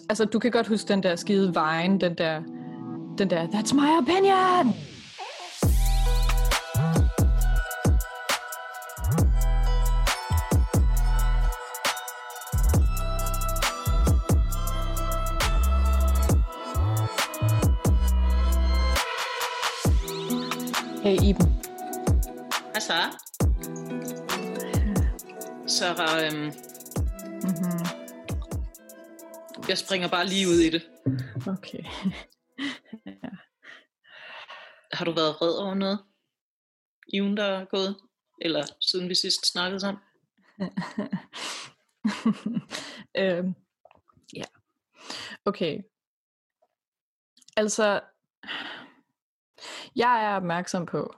Altså, du kan godt huske den der skide Vine, den der, that's my opinion! Hey Iben. Hvad så? Jeg springer bare lige ud i det. Okay. Ja. Har du været vred over noget i ugen, der er gået? Eller siden vi sidst snakkede sammen? Ja. Okay. Altså, jeg er opmærksom på,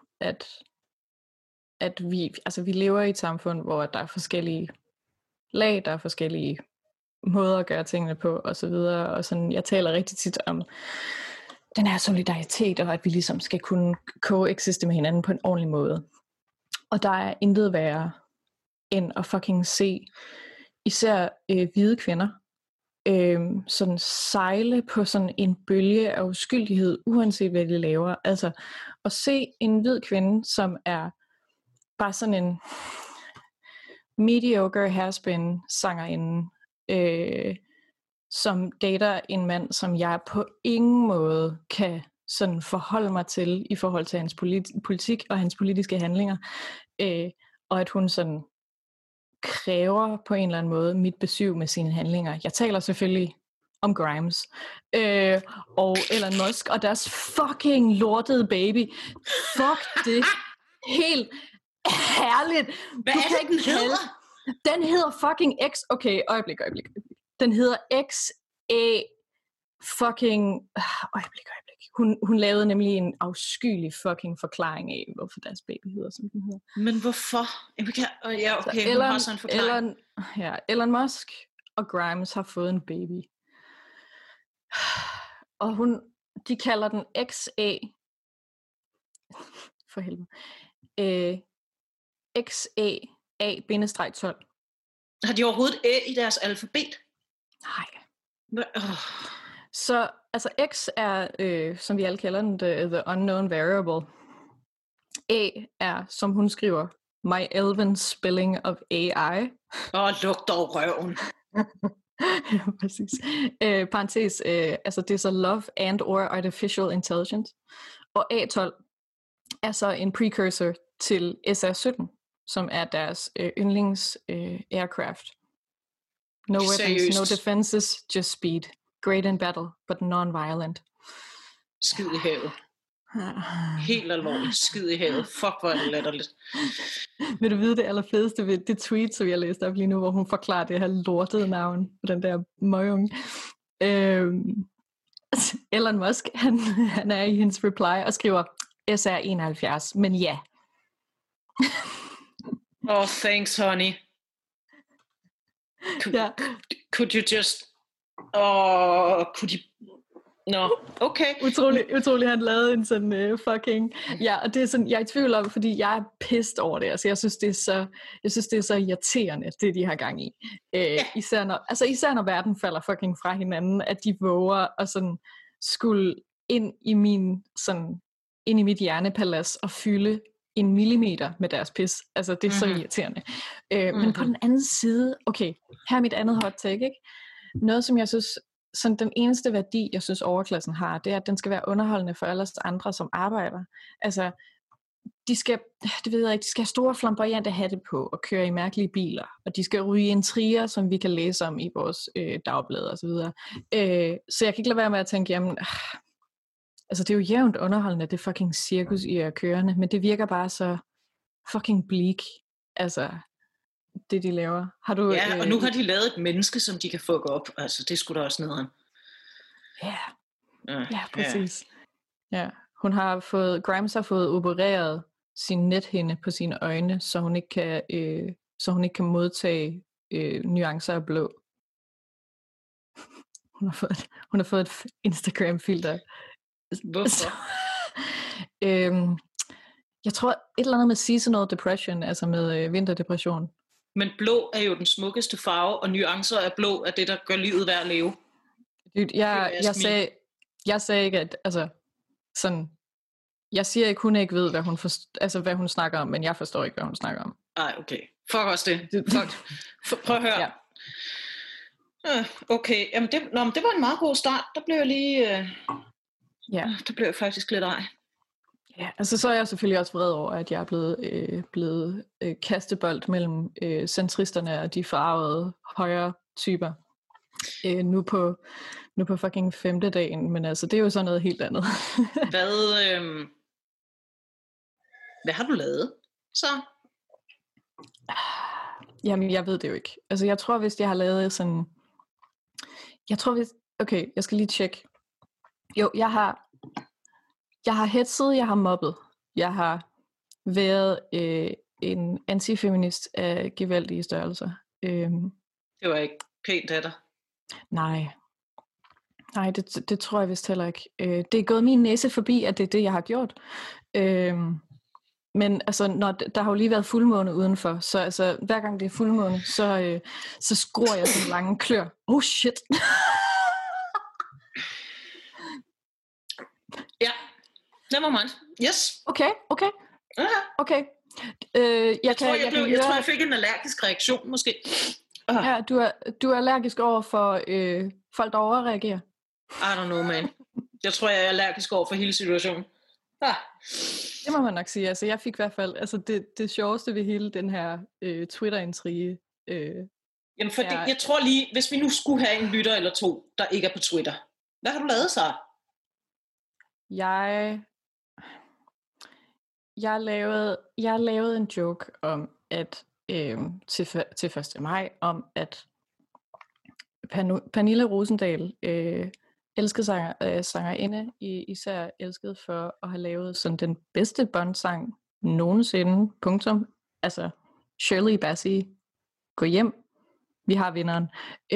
at vi lever i et samfund, hvor der er forskellige lag, der er forskellige måder at gøre tingene på, og så videre, og sådan, jeg taler rigtig tit om den her solidaritet, og at vi ligesom skal kunne coexiste med hinanden på en ordentlig måde. Og der er intet værre, end at fucking se, især hvide kvinder, sådan sejle på sådan en bølge af uskyldighed, uanset hvad de laver. Altså, at se en hvid kvinde, som er bare sådan en mediocre hairspin sangerinde, som dater en mand, som jeg på ingen måde kan sådan forholde mig til i forhold til hans politik og hans politiske handlinger, og at hun sådan kræver på en eller anden måde mit besøg med sine handlinger. Jeg taler selvfølgelig om Grimes og Elon Musk og deres fucking lortede baby. Fuck det. Helt herligt. Hvad er det, den hedder? Den hedder fucking X. Okay, øjeblik. Den hedder XA fucking... Øjeblik. Hun lavede nemlig en afskyelig fucking forklaring af, hvorfor deres baby hedder, som den hedder. Men hvorfor? Ja, okay, hun har sådan en forklaring. Elon Musk og Grimes har fået en baby. Og de kalder den XA. For helvede. XA-12. Har de overhovedet æ i deres alfabet? Nej. Så altså X er, som vi alle kalder den, the unknown variable. A er, som hun skriver, my elven spelling of AI. Luk dog røven. Ja, præcis. Parentes, altså det er så love and or artificial intelligence. Og A12 er så en precursor til SR-17, som er deres yndlings aircraft. No weapons, no defenses, just speed. Great in battle, but non-violent. Skid i havet. Helt alvorligt. Skid i havet. Fuck, hvor er det latterligt. Vil du vide det allerfedeste ved det tweet, som jeg læste op lige nu, hvor hun forklarer det her lortede navn på den der møgung. Elon Musk, han er i hendes reply og skriver SR71, men ja. Thanks, honey. Could you just... okay. Utrolig, han lavede en sådan fucking... Ja, og det er sådan, jeg er i tvivl om, fordi jeg er pissed over det. Altså, jeg synes, det er så irriterende, det de har gang i. Især når verden falder fucking fra hinanden, at de våger at sådan skulle ind i mit hjernepalads og fylde 1 millimeter med deres pis. Altså, det er så irriterende. Men på den anden side, okay, her er mit andet hot take, ikke? Noget, som jeg synes, sådan den eneste værdi, jeg synes overklassen har, det er, at den skal være underholdende for alle andre, som arbejder. Altså, de skal have store flamboyante hatte på, og køre i mærkelige biler, og de skal ryge intriger, som vi kan læse om i vores dagblad og så videre. Så jeg kan ikke lade være med at tænke, jamen, altså det er jo jævnt underholdende, det fucking cirkus i kørende, men det virker bare så fucking bleak, altså det de laver. Har du, og nu har de lavet et menneske, som de kan fuck op, altså det skulle da også nederen. Ja, præcis. Ja. Grimes har fået opereret sin nethinde på sine øjne, så hun ikke kan modtage nuancer af blå. Hun har fået et Instagram-filter. Hvorfor? Jeg tror et eller andet med seasonal depression, altså med vinterdepression. Men blå er jo den smukkeste farve, og nuancer af blå er det, der gør livet værd at leve. Dude, jeg sagde ikke, at altså, sådan, jeg siger ikke, hun ikke ved, hvad hun snakker om, men jeg forstår ikke, hvad hun snakker om. Ej, okay. Fuck også det. Prøv at høre. Ja. Okay, jamen det var en meget god start. Der blev jeg lige... Der blev jeg faktisk lidt ej. Ja, altså så er jeg selvfølgelig også vred over, at jeg er blevet kastebold mellem centristerne og de farvede højre typer. Nu på fucking 5. dagen, men altså det er jo sådan noget helt andet. Hvad har du lavet så? Jamen jeg ved det jo ikke. Altså jeg tror hvis jeg har lavet sådan, okay, jeg skal lige tjekke. Jo, jeg har hetset, jeg har mobbet, jeg har været en antifeminist af gevaldige størrelser. Det var ikke pænt af dig. Nej, det tror jeg vist heller ikke. Det er gået min næse forbi, at det er det, jeg har gjort. Men altså, der har jo lige været fuldmåne udenfor, så altså, hver gang det er fuldmåne, så skruer jeg sådan lange klør. Oh shit! Ja, never mind. Yes. Okay. Jeg tror, jeg fik en allergisk reaktion, måske. Ja, du er allergisk over for folk, der overreagerer. I don't know, man. Jeg tror, jeg er allergisk over for hele situationen. Det må man nok sige. Altså, jeg fik i hvert fald det sjoveste ved hele den her Twitter-intrige. Jamen, fordi jeg tror lige, hvis vi nu skulle have en lytter eller to, der ikke er på Twitter. Hvad har du lavet så? Jeg lavede en joke om, at til 1. maj, om at Pernille Rosendahl, elskede sangerinde, især elsket for at have lavet sådan den bedste båndsang nogensinde, punktum. Altså, Shirley Bassey, gå hjem, vi har vinderen.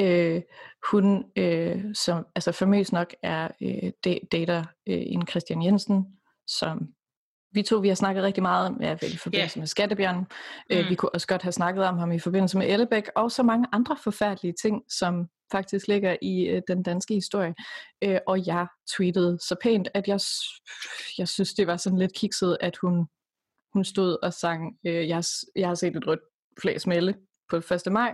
Hun, som altså famøs nok er dater en Christian Jensen, som vi har snakket rigtig meget om, i forbindelse med Skattebjørnen. Vi kunne også godt have snakket om ham i forbindelse med Ellebæk, og så mange andre forfærdelige ting, som faktisk ligger i den danske historie. Og jeg tweetede så pænt, at jeg synes, det var sådan lidt kikset, at hun stod og sang, jeg har set et rødt flag smelle på 1. maj.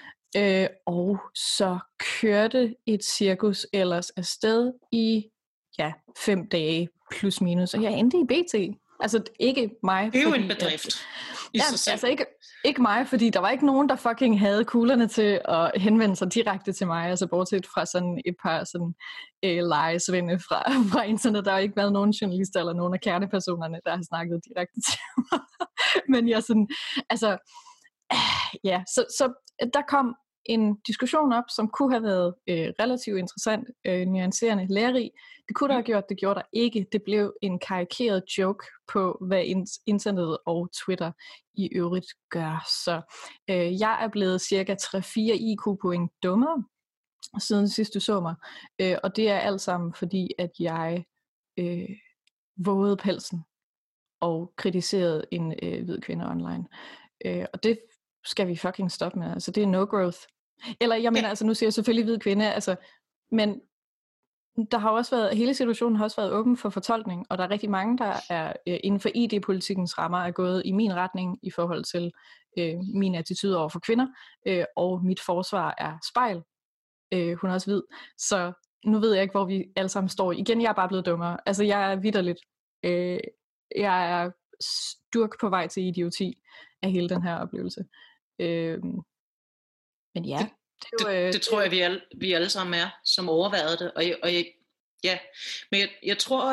Og så kørte et cirkus ellers afsted i 5 dage plus minus, og jeg endte i BT. Altså ikke mig. Det er jo en bedrift. Altså ikke mig, fordi der var ikke nogen, der fucking havde kuglerne til at henvende sig direkte til mig, altså bortset fra sådan et par sådan lejesvende fra internet. Der har ikke været nogen journalister eller nogen af kernepersonerne, der har snakket direkte til mig. Men jeg sådan, altså, så der kom en diskussion op, som kunne have været relativt interessant, nuancerende, lærerig. Det kunne der have gjort, det gjorde der ikke. Det blev en karikeret joke på, hvad internettet og Twitter i øvrigt gør. Så jeg er blevet cirka 3-4 IQ-point dummere, siden sidst du så mig. Og det er alt sammen, fordi at jeg vågede pelsen og kritiserede en hvid kvinde online. Og det skal vi fucking stoppe med. Altså det er no growth. Eller jeg mener, altså nu siger jeg selvfølgelig hvid kvinde, altså, men der har også været, hele situationen har også været åben for fortolkning, og der er rigtig mange, der er inden for ID-politikkens rammer er gået i min retning i forhold til min attitude over for kvinder, og mit forsvar er spejl. Hun er også hvid. Så nu ved jeg ikke, hvor vi alle sammen står. Igen, jeg er bare blevet dummere. Altså jeg er vitterligt. Jeg er sturk på vej til idioti af hele den her oplevelse. Men ja, det tror jeg, vi alle sammen er, som overvejede det. Men jeg tror,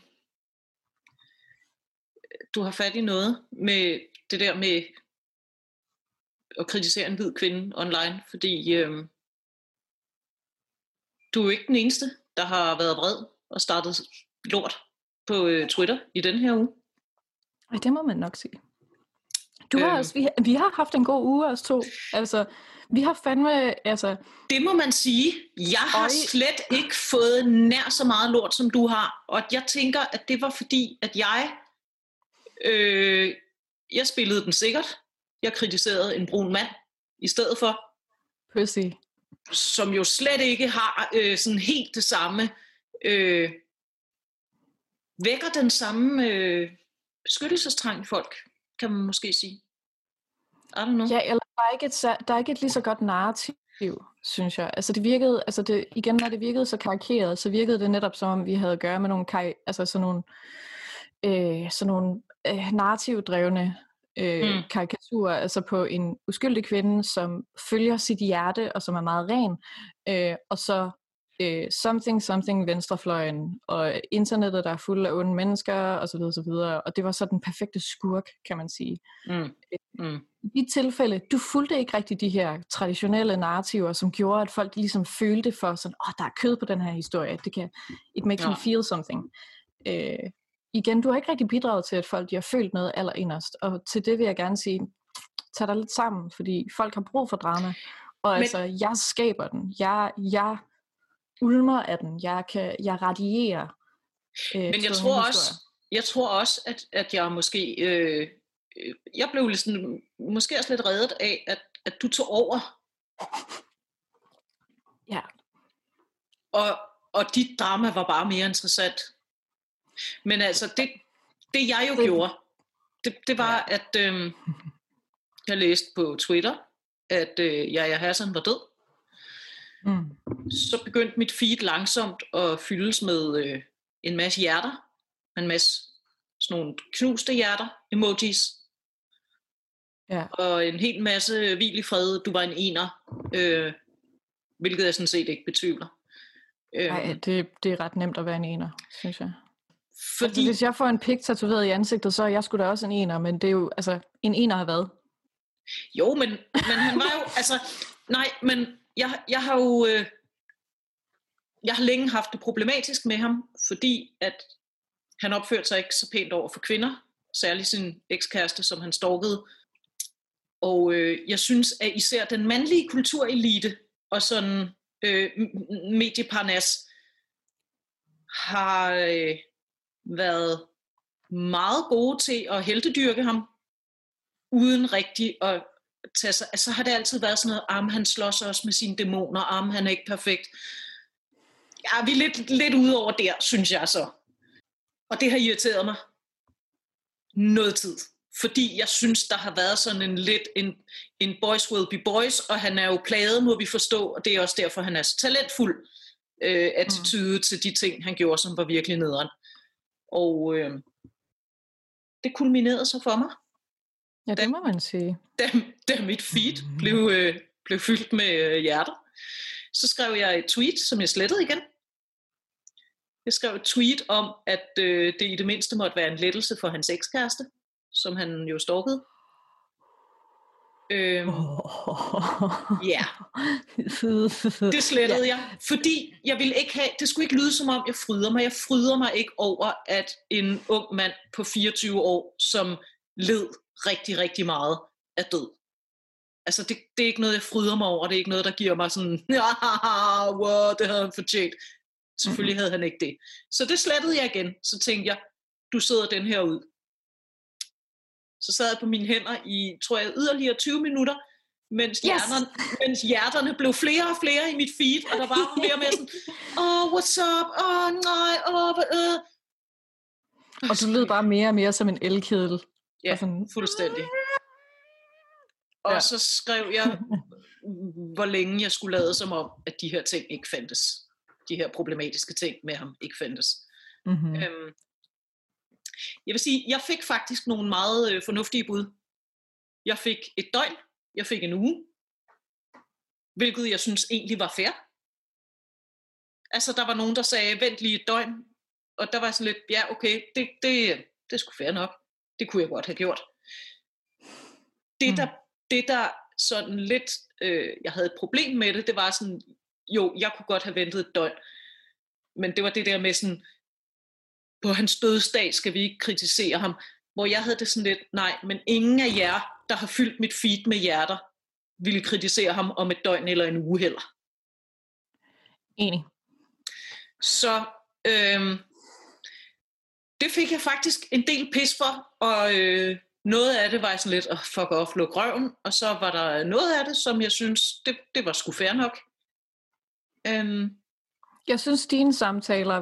du har fat i noget med det der med at kritisere en hvid kvinde online, fordi du er jo ikke den eneste, der har været vred og startet lort på Twitter i den her uge. Ej, det må man nok sige. Du har også, vi har haft en god uge os to. Altså, vi har fandme, altså... Det må man sige. Jeg har slet ikke fået nær så meget lort, som du har. Og jeg tænker, at det var fordi, at jeg spillede den sikkert. Jeg kritiserede en brun mand i stedet for. Pussy. som jo slet ikke har sådan helt det samme, vækker den samme beskyttelsestrang i folk, kan man måske sige. I don't know. Ja, eller der er ikke et lige så godt narrativ, synes jeg. Altså det virkede, igen når det virkede så karikeret, så virkede det netop som om vi havde at gøre med nogle sådan nogle narrativdrevne karikaturer, altså på en uskyldig kvinde, som følger sit hjerte og som er meget ren, og så something venstrefløjen og internettet, der er fuld af onde mennesker og så videre, så videre. Og det var så den perfekte skurk, kan man sige. I de tilfælde, du fulgte ikke rigtig de her traditionelle narrativer, som gjorde, at folk ligesom følte for sådan, der er kød på den her historie, it makes me feel something. Igen, du har ikke rigtig bidraget til, at folk de har følt noget allerinderst, og til det vil jeg gerne sige, tag dig lidt sammen, fordi folk har brug for drama, og jeg skaber den, jeg ulmer af den, jeg radierer. Men jeg tror også, at jeg måske, jeg blev ligesom, måske også lidt reddet af, at du tog over. Ja. Og dit drama var bare mere interessant. Men altså, det jeg jo gjorde, det var, at jeg læste på Twitter, at Yahya Hassan var død. Så begyndte mit feed langsomt at fyldes med en masse hjerter, en masse sådan nogle knuste hjerter, emojis, og en hel masse hvil i fred, du var en ener, hvilket jeg sådan set ikke betvivler. Nej, det er ret nemt at være en ener, synes jeg. Fordi hvis jeg får en pik tatoveret i ansigtet, så er jeg sgu da også en ener, men det er jo, en ener har hvad? Jo, men han var jo, nej, men jeg har jo, jeg har længe haft det problematisk med ham, fordi at han opførte sig ikke så pænt over for kvinder, særligt sin ekskæreste, som han stalkede. Og jeg synes, at især den mandlige kulturelite og sådan medieparnas har været meget gode til at heltedyrke ham, uden rigtig at tage sig. Altså har det altid været sådan noget, han slås også med sine dæmoner, han er ikke perfekt. Ja, vi er lidt ude over der, synes jeg så. Og det har irriteret mig noget tid. Fordi jeg synes, der har været sådan en boys will be boys, og han er jo plaget, må vi forstå, og det er også derfor, han er så talentfuld attitude til de ting, han gjorde, som var virkelig nederen. Og det kulminerede så for mig. Ja, det må man sige. Da mit feed blev fyldt med hjerter, så skrev jeg et tweet, som jeg slettede igen. Jeg skrev et tweet om, at det i det mindste måtte være en lettelse for hans ekskæreste, som han jo stalkede. Ja. Det slettede jeg, fordi jeg ville ikke have, det skulle ikke lyde som om jeg fryder mig. Jeg fryder mig ikke over, at en ung mand på 24 år, som led rigtig, rigtig meget, er død. Altså det er ikke noget, jeg fryder mig over. Det er ikke noget, der giver mig sådan, wow, det havde han fortjent. Selvfølgelig havde han ikke det. Så det slettede jeg igen. Så tænkte jeg, du sidder den her ud. Så sad jeg på mine hænder i, tror jeg, yderligere 20 minutter, mens hjerterne blev flere og flere i mit feed, og der var mere og mere sådan, what's up, nej, Og du lød bare mere og mere som en elkedel. Ja, sådan, fuldstændig. Og så skrev jeg, hvor længe jeg skulle lade som om, at de her ting ikke fandtes. De her problematiske ting med ham ikke fandtes. Jeg vil sige, jeg fik faktisk nogle meget fornuftige bud. Jeg fik et døgn, jeg fik en uge, hvilket jeg synes egentlig var fair. Altså, der var nogen, der sagde, vent lige et døgn, og der var sådan lidt, ja, okay, det er sgu fair nok. Det kunne jeg godt have gjort. Det der sådan lidt, jeg havde et problem med det var sådan, jo, jeg kunne godt have ventet et døgn, men det var det der med sådan, på hans dødsdag skal vi ikke kritisere ham, hvor jeg havde det sådan lidt, nej, men ingen af jer, der har fyldt mit feed med hjerter, ville kritisere ham om et døgn eller en uge heller. Enig. Så det fik jeg faktisk en del pis for, og noget af det var sådan lidt, fuck off, luk røven, og så var der noget af det, som jeg synes, det var sgu fair nok. Jeg synes, dine samtaler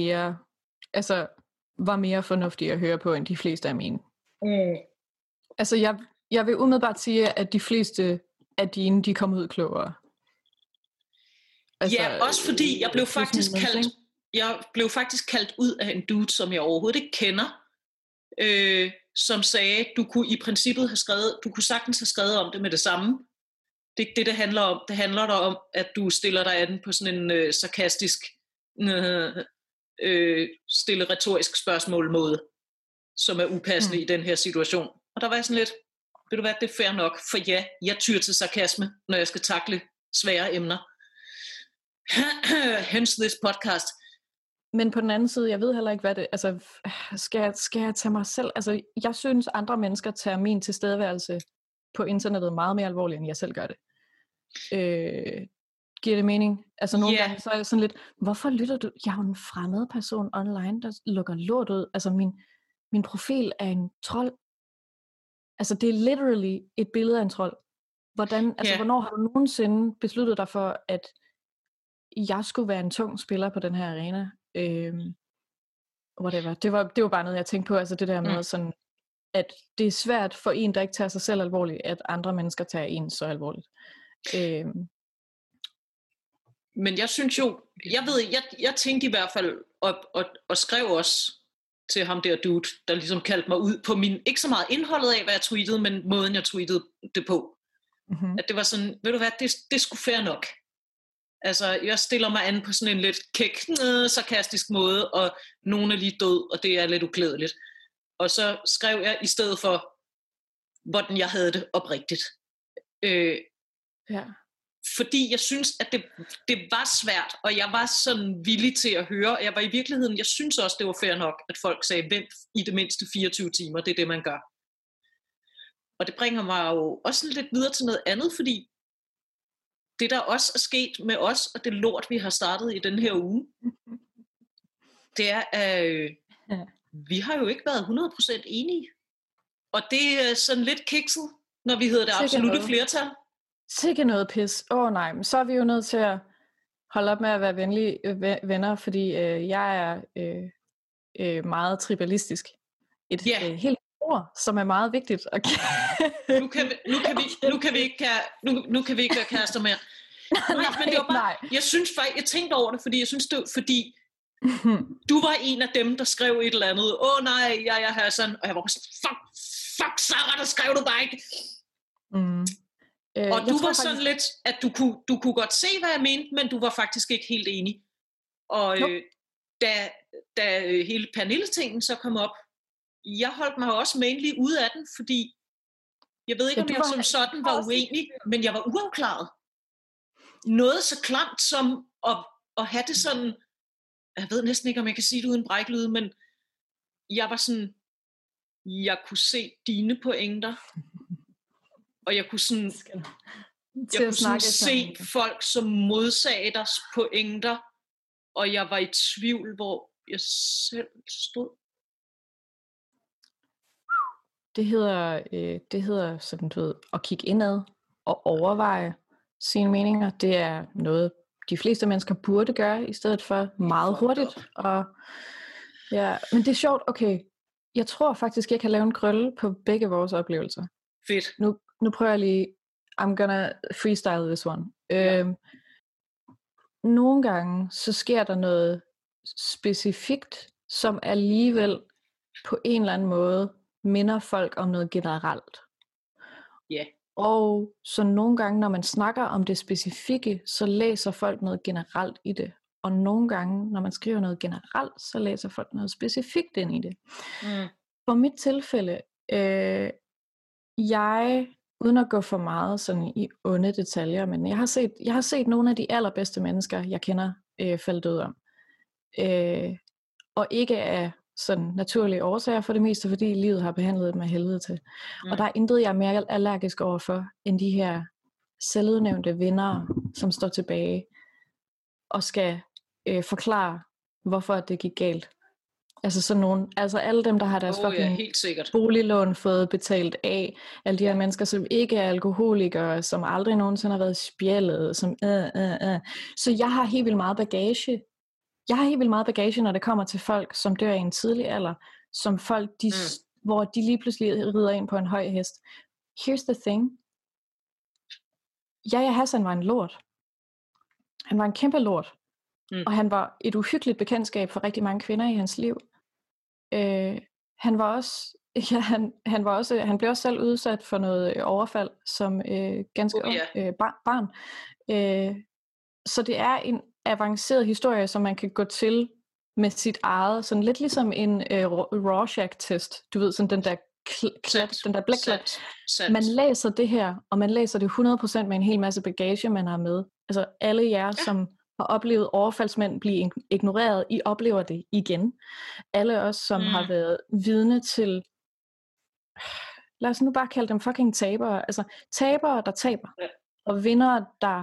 var mere fornuftige at høre på, end de fleste af mine. Altså, jeg vil umiddelbart sige, at de fleste af dine, de kom ud klogere. Altså, ja, også fordi jeg blev faktisk kaldt ud af en dude, som jeg overhovedet ikke kender, som sagde, du kunne sagtens have skrevet om det med det samme. Det er ikke det handler om. Det handler om, at du stiller dig an på sådan en sarkastisk, stille retorisk spørgsmål måde, som er upassende i den her situation. Og der var jeg sådan lidt, ved du hvad, det er fair nok, for ja, jeg tyr til sarkasme, når jeg skal takle svære emner. Hence this podcast. Men på den anden side, jeg ved heller ikke, hvad det... Altså, skal jeg tage mig selv... Altså, jeg synes, andre mennesker tager min tilstedeværelse på internettet meget mere alvorligt, end jeg selv gør det. Giver det mening? Altså, nogle gange, så er jeg sådan lidt... Hvorfor lytter du? Jeg er jo en fremmed person online, der lukker lort ud. Altså, min profil er en trold. Altså, det er literally et billede af en trold. Hvornår har du nogensinde besluttet dig for, at jeg skulle være en tung spiller på den her arena? Whatever. Det var bare noget, jeg tænkte på, altså det der med sådan, at det er svært for en, der ikke tager sig selv alvorligt, at andre mennesker tager en så alvorligt. Men jeg synes jo, jeg tænkte i hvert fald, og skrev også til ham der dude, der ligesom kaldte mig ud på min, ikke så meget indholdet af, hvad jeg tweetede, men måden jeg tweetede det på. At det var sådan, ved du hvad, det er sgu fair nok. Altså, jeg stiller mig an på sådan en lidt kæk, sarkastisk måde, og nogen er lige død, og det er lidt uklædeligt. Og så skrev jeg i stedet for, hvordan jeg havde det oprigtigt. Fordi jeg synes, at det var svært, og jeg var sådan villig til at høre, og jeg var i virkeligheden, jeg synes også, det var fair nok, at folk sagde, vent i det mindste 24 timer, det er det, man gør. Og det bringer mig jo også lidt videre til noget andet, fordi det, der også er sket med os, og det lort, vi har startet i den her uge, det er, at vi har jo ikke været 100% enige. Og det er sådan lidt kikset, når vi hedder det absolutte flertal. Sikke noget pis. Nej, men så er vi jo nødt til at holde op med at være venlige venner, fordi jeg er meget tribalistisk. Et helt ord, som er meget vigtigt. Nu kan vi ikke være kærester mere. Nej, men det var bare, jeg synes faktisk, jeg tænkte over det, fordi jeg synes det, fordi du var en af dem, der skrev et eller andet, nej, jeg er Hassan, og jeg var sådan, fuck Sarah, der skrev du bare ikke. Og du var sådan lidt, at du kunne godt se, hvad jeg mente, men du var faktisk ikke helt enig. Og da hele Pernille-tingen så kom op, jeg holdt mig også mainly ude af den, fordi jeg ved ikke, om jeg som sådan var uenig, men jeg var uafklaret. Noget så klamt som at have det sådan, jeg ved næsten ikke, om jeg kan sige det uden bræklyd, men jeg var sådan, jeg kunne se dine pointer, og jeg kunne sådan, se folk, som modsagde deres pointer, og jeg var i tvivl, hvor jeg selv stod. Det hedder sådan, du ved, at kigge indad og overveje sine meninger. Det er noget, de fleste mennesker burde gøre, i stedet for meget hurtigt. Og, men det er sjovt, okay. Jeg tror faktisk, jeg kan lave en krølle på begge vores oplevelser. Fedt. Nu prøver jeg lige, I'm gonna freestyle this one. Nogle gange, så sker der noget specifikt, som alligevel på en eller anden måde minder folk om noget generelt. Ja. Og så nogle gange, når man snakker om det specifikke, så læser folk noget generelt i det. Og nogle gange, når man skriver noget generelt, så læser folk noget specifikt ind i det. For mit tilfælde, jeg, uden at gå for meget sådan i onde detaljer, men jeg har set nogle af de allerbedste mennesker, jeg kender, falde død om. Og ikke af sådan naturlige årsager for det meste, fordi livet har behandlet dem af helvede til. Og der er intet, jeg er mere allergisk overfor, end de her selvudnævnte vindere, som står tilbage og skal forklare, hvorfor det gik galt. Altså sådan nogle, altså alle dem, der har deres helt sikkert. boliglån fået betalt af, alle de her mennesker, som ikke er alkoholikere, som aldrig nogensinde har været spjældet, som Så jeg har helt vildt meget bagage. Jeg har helt vildt meget bagage, når det kommer til folk, som dør i en tidlig alder, som folk, hvor de lige pludselig rider ind på en høj hest. Here's the thing. Yahya Hassan var en lort. Han var en kæmpe lort. Og han var et uhyggeligt bekendtskab for rigtig mange kvinder i hans liv. Han blev også selv udsat for noget overfald som ganske ung barn. Så det er en avanceret historie, som man kan gå til med sit eget, sådan lidt ligesom en Rorschach-test. Du ved, sådan den der den der blækklat. Man læser det her, og man læser det 100% med en hel masse bagage, man har med. Altså alle jer, som har oplevet overfaldsmænd blive ignoreret, I oplever det igen. Alle os, som har været vidne til, lad os nu bare kalde dem fucking tabere, altså tabere, der taber, og vindere, der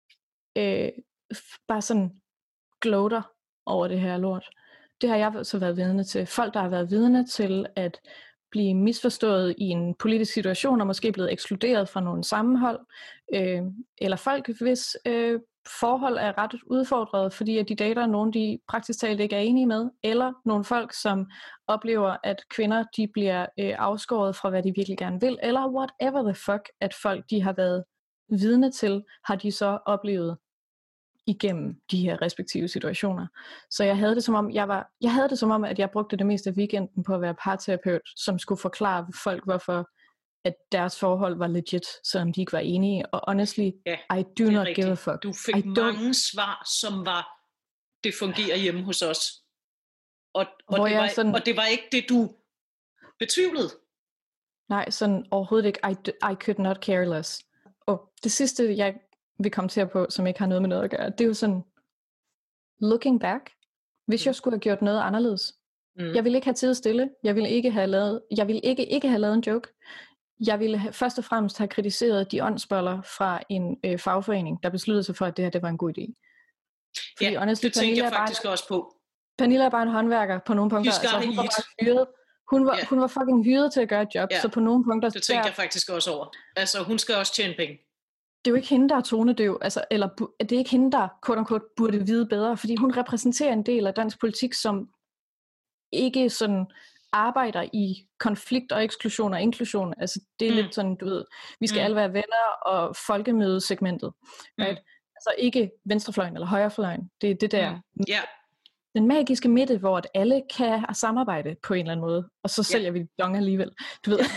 bare sådan gloater over det her lort. Det har jeg så været vidne til. Folk, der har været vidne til at blive misforstået i en politisk situation, og måske blevet ekskluderet fra nogle sammenhold, eller folk, hvis forhold er ret udfordret, fordi at de dater nogen, de praktisk talt ikke er enige med, eller nogle folk, som oplever, at kvinder, de bliver afskåret fra, hvad de virkelig gerne vil, eller whatever the fuck, at folk, de har været vidne til, har de så oplevet igennem de her respektive situationer. Så jeg havde det som om, at jeg brugte det meste af weekenden på at være parterapeut, som skulle forklare folk, hvorfor at deres forhold var legit, selvom de ikke var enige. Og honestly, I do not give a fuck. Du fik mange svar, som var, det fungerer hjemme hos os. Og det var ikke det, du betvivlede. Nej, sådan overhovedet ikke. I could not care less. Og det sidste, jeg vil kommentere på, som ikke har noget med noget at gøre, det er jo sådan, looking back, hvis jeg skulle have gjort noget anderledes. Jeg ville ikke have tid stille. Jeg ville ikke have lavet en joke. Jeg ville først og fremmest have kritiseret de åndsboller fra en fagforening, der besluttede sig for, at det her det var en god idé. Fordi honestly, det tænkte jeg faktisk også på. Pernille er bare en håndværker på nogle punkter. Altså, hun var bare hyret. Hun var fucking hyret til at gøre et job, så på nogle punkter... Det tænkte jeg faktisk også over. Altså, hun skal også tjene penge. Det er jo ikke hende, der er tonedøv, altså, eller det er ikke hende, der quote unquote, burde vide bedre, fordi hun repræsenterer en del af dansk politik, som ikke sådan arbejder i konflikt og eksklusion og inklusion. Altså det er lidt sådan, du ved, vi skal alle være venner og folkemødesegmentet. Right? Altså ikke venstrefløjen eller højrefløjen. Det er det der. Den magiske midte, hvor at alle kan samarbejde på en eller anden måde, og så sælger vi dong alligevel. Du ved.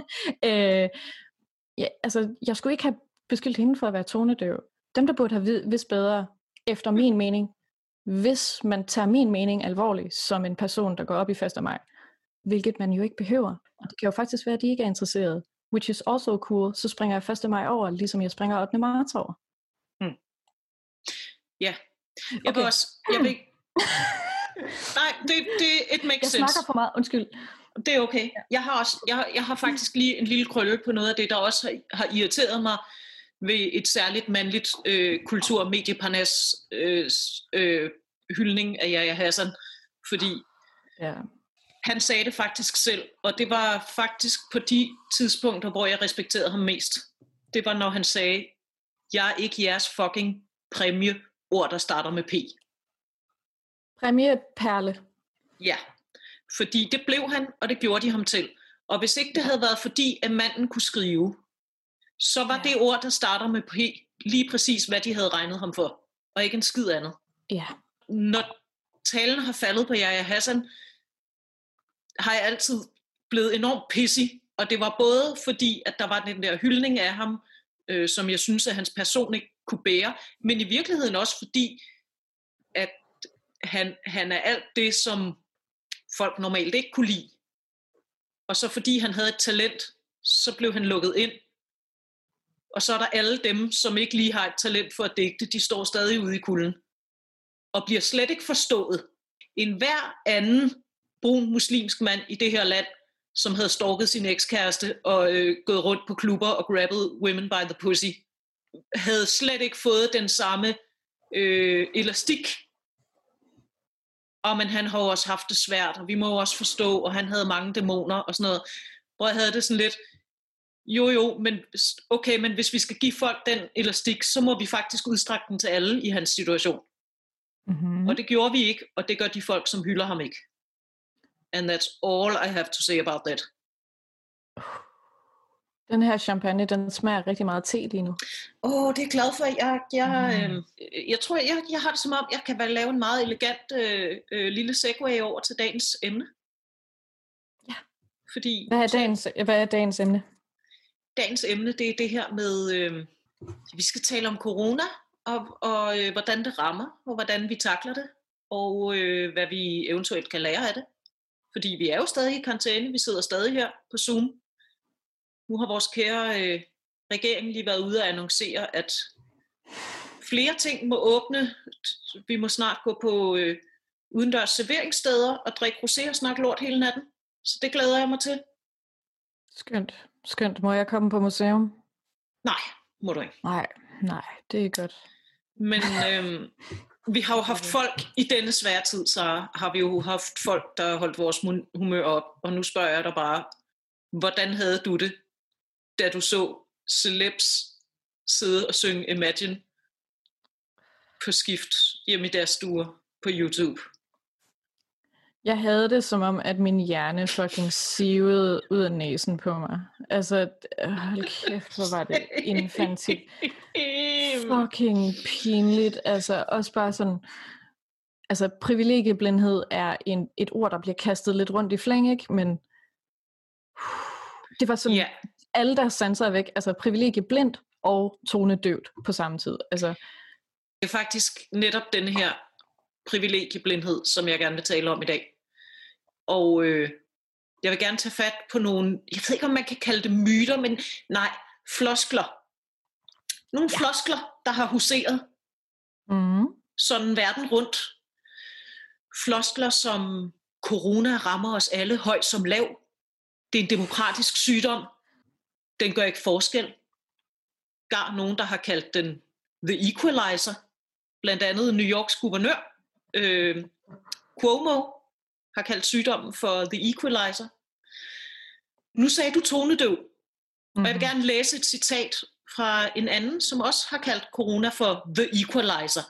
Altså jeg skulle ikke have beskyldt hende for at være tonedøv. Dem, der burde have vidst bedre, efter min mening, hvis man tager min mening alvorligt, som en person, der går op i 1. maj, hvilket man jo ikke behøver. Og det kan jo faktisk være, at de ikke er interesserede. Which is also cool. Så springer jeg 1. maj over, ligesom jeg springer 8. marts over. Ja. Jeg vil også... Nej, it makes sense. Jeg snakker for meget, undskyld. Det er okay. Jeg har faktisk lige en lille krølle på noget af det, der også har irriteret mig ved et særligt mandligt kultur- og medieparnas hyldning af Yahya Hassan, fordi han sagde det faktisk selv, og det var faktisk på de tidspunkter, hvor jeg respekterede ham mest. Det var, når han sagde, jeg er ikke jeres fucking præmieord, der starter med P. Præmieperle. Ja, fordi det blev han, og det gjorde de ham til. Og hvis ikke det havde været fordi, at manden kunne skrive, så var det ord, der starter med P, lige præcis, hvad de havde regnet ham for, og ikke en skid andet. Ja. Når talen har faldet på Yahya Hassan, har jeg altid blevet enormt pissig, og det var både fordi, at der var den der hyldning af ham, som jeg synes, at hans person ikke kunne bære, men i virkeligheden også fordi, at han er alt det, som folk normalt ikke kunne lide. Og så fordi han havde et talent, så blev han lukket ind. Og så er der alle dem, som ikke lige har et talent for at digte, de står stadig ude i kulden. Og bliver slet ikke forstået. En hver anden brun muslimsk mand i det her land, som havde stalket sin ekskæreste og gået rundt på klubber og grabbet women by the pussy, havde slet ikke fået den samme elastik men han har jo også haft det svært, og vi må jo også forstå, og han havde mange dæmoner og sådan noget. Hvor jeg havde det sådan lidt, jo, men okay, men hvis vi skal give folk den elastik, så må vi faktisk udstrække den til alle i hans situation. Mm-hmm. Og det gjorde vi ikke, og det gør de folk, som hylder ham ikke. And that's all I have to say about that. Den her champagne, den smager rigtig meget te lige nu. Det er jeg glad for. Jeg tror, jeg har det som om, jeg kan lave en meget elegant lille segue over til dagens emne. Ja. Fordi, hvad er dagens emne? Dagens emne, det er det her med, vi skal tale om corona, og hvordan det rammer, og hvordan vi takler det, og hvad vi eventuelt kan lære af det. Fordi vi er jo stadig i karantæne, vi sidder stadig her på Zoom. Nu har vores kære regering lige været ude og annoncere, at flere ting må åbne. Vi må snart gå på udendørs serveringssteder og drikke rosé og snakke lort hele natten. Så det glæder jeg mig til. Skønt. Må jeg komme på museum? Nej, må du ikke. Nej, det er godt. Men vi har jo haft folk i denne svære tid, så har vi jo haft folk, der har holdt vores humør op. Og nu spørger jeg dig bare, hvordan havde du det, da du så celebs sidde og synge Imagine på skift hjemme i deres stuer på YouTube? Jeg havde det som om, at min hjerne fucking sivede ud af næsen på mig. Altså, hold kæft, hvor var det infantilt. Fucking pinligt. Altså, også bare sådan... Altså, privilegieblindhed er et ord, der bliver kastet lidt rundt i flæng, ikke? Men det var sådan... Yeah. Alle deres sanser er væk. Altså, privilegieblindt og tonedøvt på samme tid. Altså... Det er faktisk netop denne her privilegieblindhed, som jeg gerne vil tale om i dag. Og jeg vil gerne tage fat på nogle, jeg ved ikke om man kan kalde det myter, men nej, floskler. Nogle floskler, der har huseret sådan verden rundt. Floskler som corona rammer os alle højt som lav. Det er en demokratisk sygdom. Den gør ikke forskel. Der er nogen, der har kaldt den The Equalizer. Blandt andet New Yorks guvernør, Cuomo, har kaldt sygdommen for The Equalizer. Nu sagde du tonedøv, og jeg vil gerne læse et citat fra en anden, som også har kaldt corona for The Equalizer.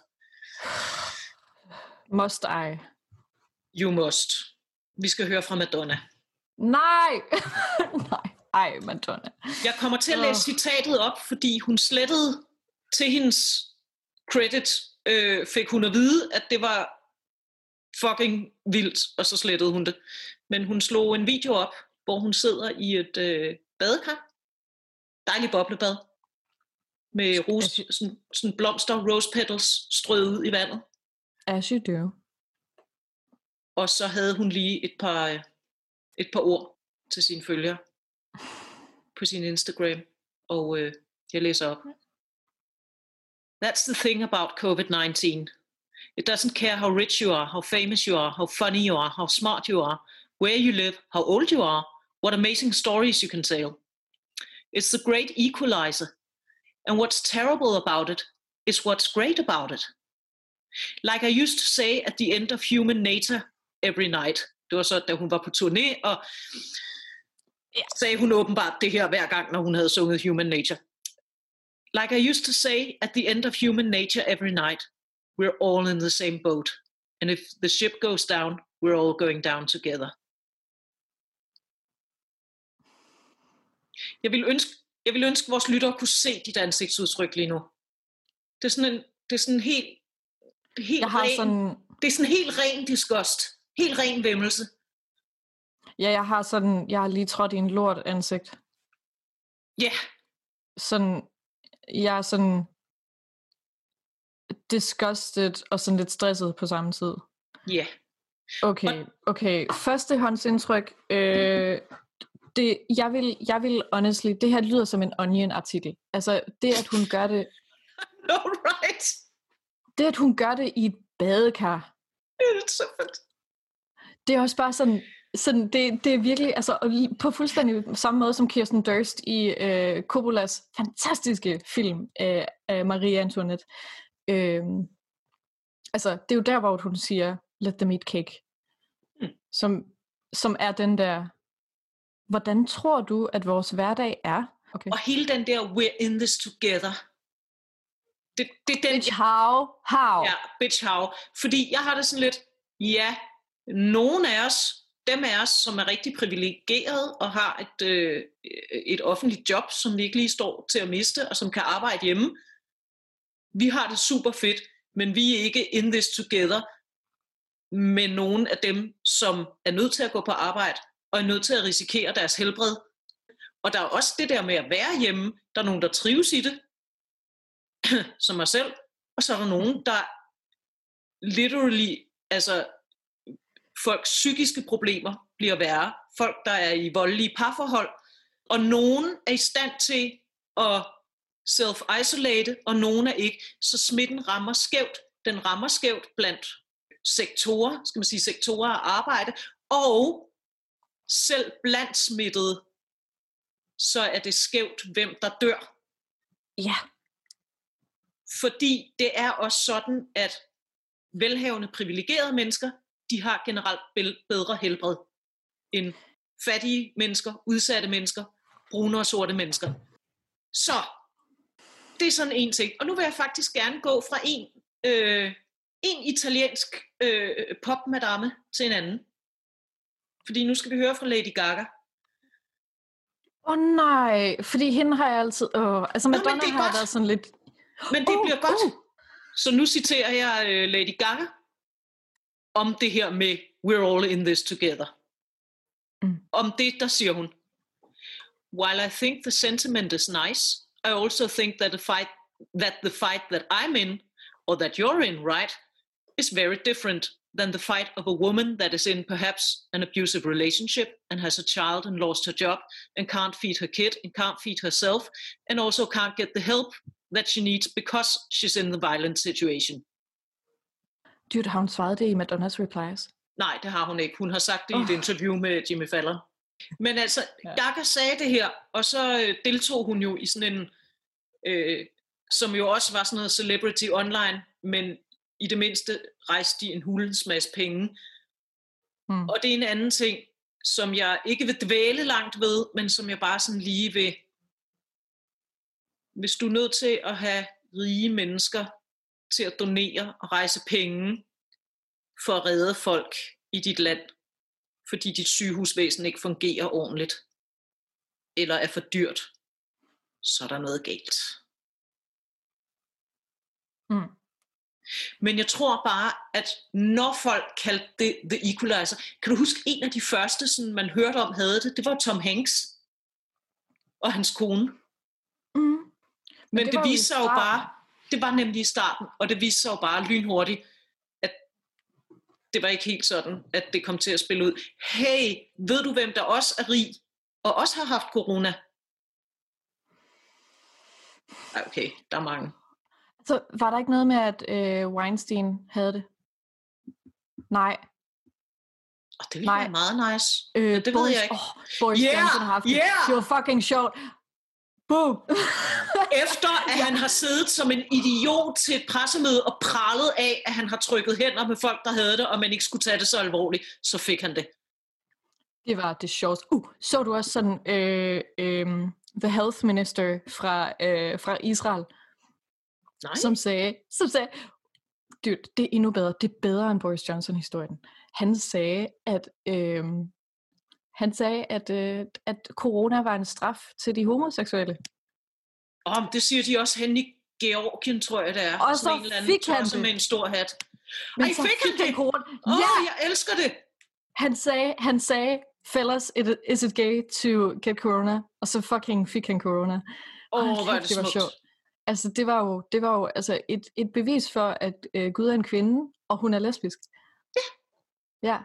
Must I? You must. Vi skal høre fra Madonna. Nej! Ej, Madonna. Jeg kommer til at læse citatet op, fordi hun slettede til hendes credit, fik hun at vide, at det var fucking vildt, og så slettede hun det. Men hun slog en video op, hvor hun sidder i et badekar. Dejligt boblebad. Med sådan blomster, rose petals, strøget ud i vandet. As you do. Og så havde hun lige et par ord til sine følgere på sin Instagram. Og jeg læser op. That's the thing about COVID-19. It doesn't care how rich you are, how famous you are, how funny you are, how smart you are, where you live, how old you are, what amazing stories you can tell. It's the great equalizer. And what's terrible about it is what's great about it. Like I used to say at the end of Human Nature every night. Det var så, da hun var på turné, og sagde hun åbenbart det her hver gang, når hun havde sunget Human Nature. Like I used to say at the end of Human Nature every night, we're all in the same boat. And if the ship goes down, we're all going down together. Jeg vil ønske, at vores lyttere kunne se dit ansigtsudtryk lige nu. Det er sådan helt det er sådan helt ren disgust. Helt ren væmmelse. Ja, jeg har lige trådt i en lort ansigt. Ja. Yeah. Sådan, jeg er sådan disgusted og sådan lidt stresset på samme tid. Ja. Yeah. Okay. Førstehåndsindtryk. Jeg vil honestly, det her lyder som en Onion-artikel. Altså, det at hun gør det... Alright. Det at hun gør det i et badekar. Det er så fedt. Det er også bare sådan det er virkelig, altså på fuldstændig samme måde som Kirsten Dunst i Coppolas fantastiske film af Marie Antoinette. Altså, det er jo der, hvor hun siger, Let Them Eat Cake. Som er den der, hvordan tror du, at vores hverdag er? Okay. Og hele den der, we're in this together. Det er den, bitch, how? Ja, bitch, how. Fordi jeg har det sådan lidt, ja, nogle af os, dem af os, som er rigtig privilegerede og har et offentligt job, som vi ikke lige står til at miste, og som kan arbejde hjemme, vi har det super fedt, men vi er ikke in this together med nogle af dem, som er nødt til at gå på arbejde, og er nødt til at risikere deres helbred. Og der er også det der med at være hjemme, der er nogen, der trives i det, som mig selv, og så er der nogen, der literally, altså folks psykiske problemer bliver værre, folk, der er i voldelige parforhold, og nogen er i stand til at self-isolate, og nogen er ikke, så smitten rammer skævt. Den rammer skævt blandt sektorer, skal man sige sektorer af arbejde, og selv blandt smittede, så er det skævt, hvem der dør. Ja. Fordi det er også sådan, at velhavende, privilegerede mennesker, de har generelt bedre helbred end fattige mennesker, udsatte mennesker, brune og sorte mennesker. Så det er sådan en ting. Og nu vil jeg faktisk gerne gå fra en italiensk popmadame til en anden. Fordi nu skal vi høre fra Lady Gaga. Nej, fordi hende har jeg altid... altså Madonna har været sådan lidt... Men det bliver godt. Så nu citerer jeg Lady Gaga om det her med we're all in this together. Om det, der siger hun: While I think the sentiment is nice, I also think that the fight that I'm in, or that you're in, right, is very different than the fight of a woman that is in perhaps an abusive relationship and has a child and lost her job and can't feed her kid and can't feed herself and also can't get the help that she needs because she's in the violent situation. Dude, har hun svaret det i Madonnas replies? Nej, det har hun ikke. Hun har sagt det i et interview med Jimmy Fallon. Men altså, Gaga sagde det her, og så deltog hun jo i sådan en, som jo også var sådan noget celebrity online, men i det mindste rejste de en hulens masse penge. Og det er en anden ting, som jeg ikke vil dvæle langt ved, men som jeg bare sådan lige vil... Hvis du er nødt til at have rige mennesker til at donere og rejse penge for at redde folk i dit land, fordi dit sygehusvæsen ikke fungerer ordentligt, eller er for dyrt, så er der noget galt. Men jeg tror bare, at når folk kaldte det The Equalizer, kan du huske en af de første, sådan man hørte om havde det var Tom Hanks og hans kone. Men det viste sig jo bare, det var nemlig i starten, og det viste sig jo bare lynhurtigt, at det var ikke helt sådan, at det kom til at spille ud. Hey, ved du hvem der også er rig, og også har haft corona? Okay, der er mange. Så var der ikke noget med, at Weinstein havde det? Nej. Det ville være meget nice. Det Boris, ved jeg ikke. Boris Johnson har haft det. Det var fucking sjovt. Boom. Efter at han har siddet som en idiot til et pressemøde og pralet af, at han har trykket hænder med folk, der havde det, og man ikke skulle tage det så alvorligt, så fik han det. Det var det sjoveste. Så du også sådan the health minister fra Israel, nej, som sagde, dude, det er endnu bedre. Det er bedre end Boris Johnson-historien. Han sagde, at corona var en straf til de homoseksuelle. Det siger de også hen i Georgien, tror jeg det er. Og så fik han det. Med en stor hat. Men så fik han det. Jeg elsker det. Han sagde, fellas, is it gay to get corona? Og så fucking fik han corona. Hvor er det var sjovt. Altså, det var jo altså et bevis for, at Gud er en kvinde, og hun er lesbisk. Ja.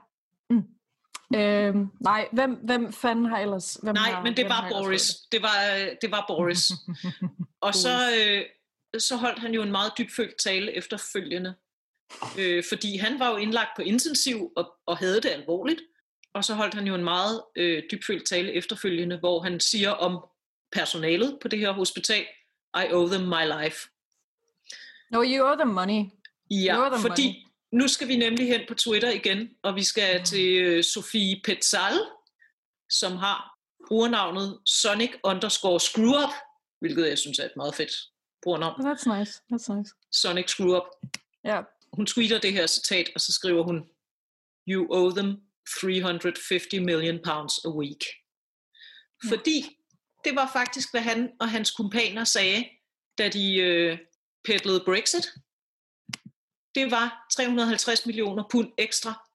Nej, hvem fanden har ellers... Men det var Boris. Det var Boris. Og så holdt han jo en meget dybfølt tale efterfølgende. Fordi han var jo indlagt på intensiv og havde det alvorligt. Og så holdt han jo en meget dybfølt tale efterfølgende, hvor han siger om personalet på det her hospital: I owe them my life. No, you owe them money. Ja, fordi nu skal vi nemlig hen på Twitter igen, og vi skal til Sofie Petzal, som har brugernavnet Sonic_ScrewUp, hvilket jeg synes er et meget fedt brugernavn. That's nice. Sonic ScrewUp. Yeah. Hun tweeter det her citat, og så skriver hun, "You owe them 350 million pounds a week." Fordi det var faktisk, hvad han og hans kumpaner sagde, da de peddlede Brexit. Det var 350 millioner pund ekstra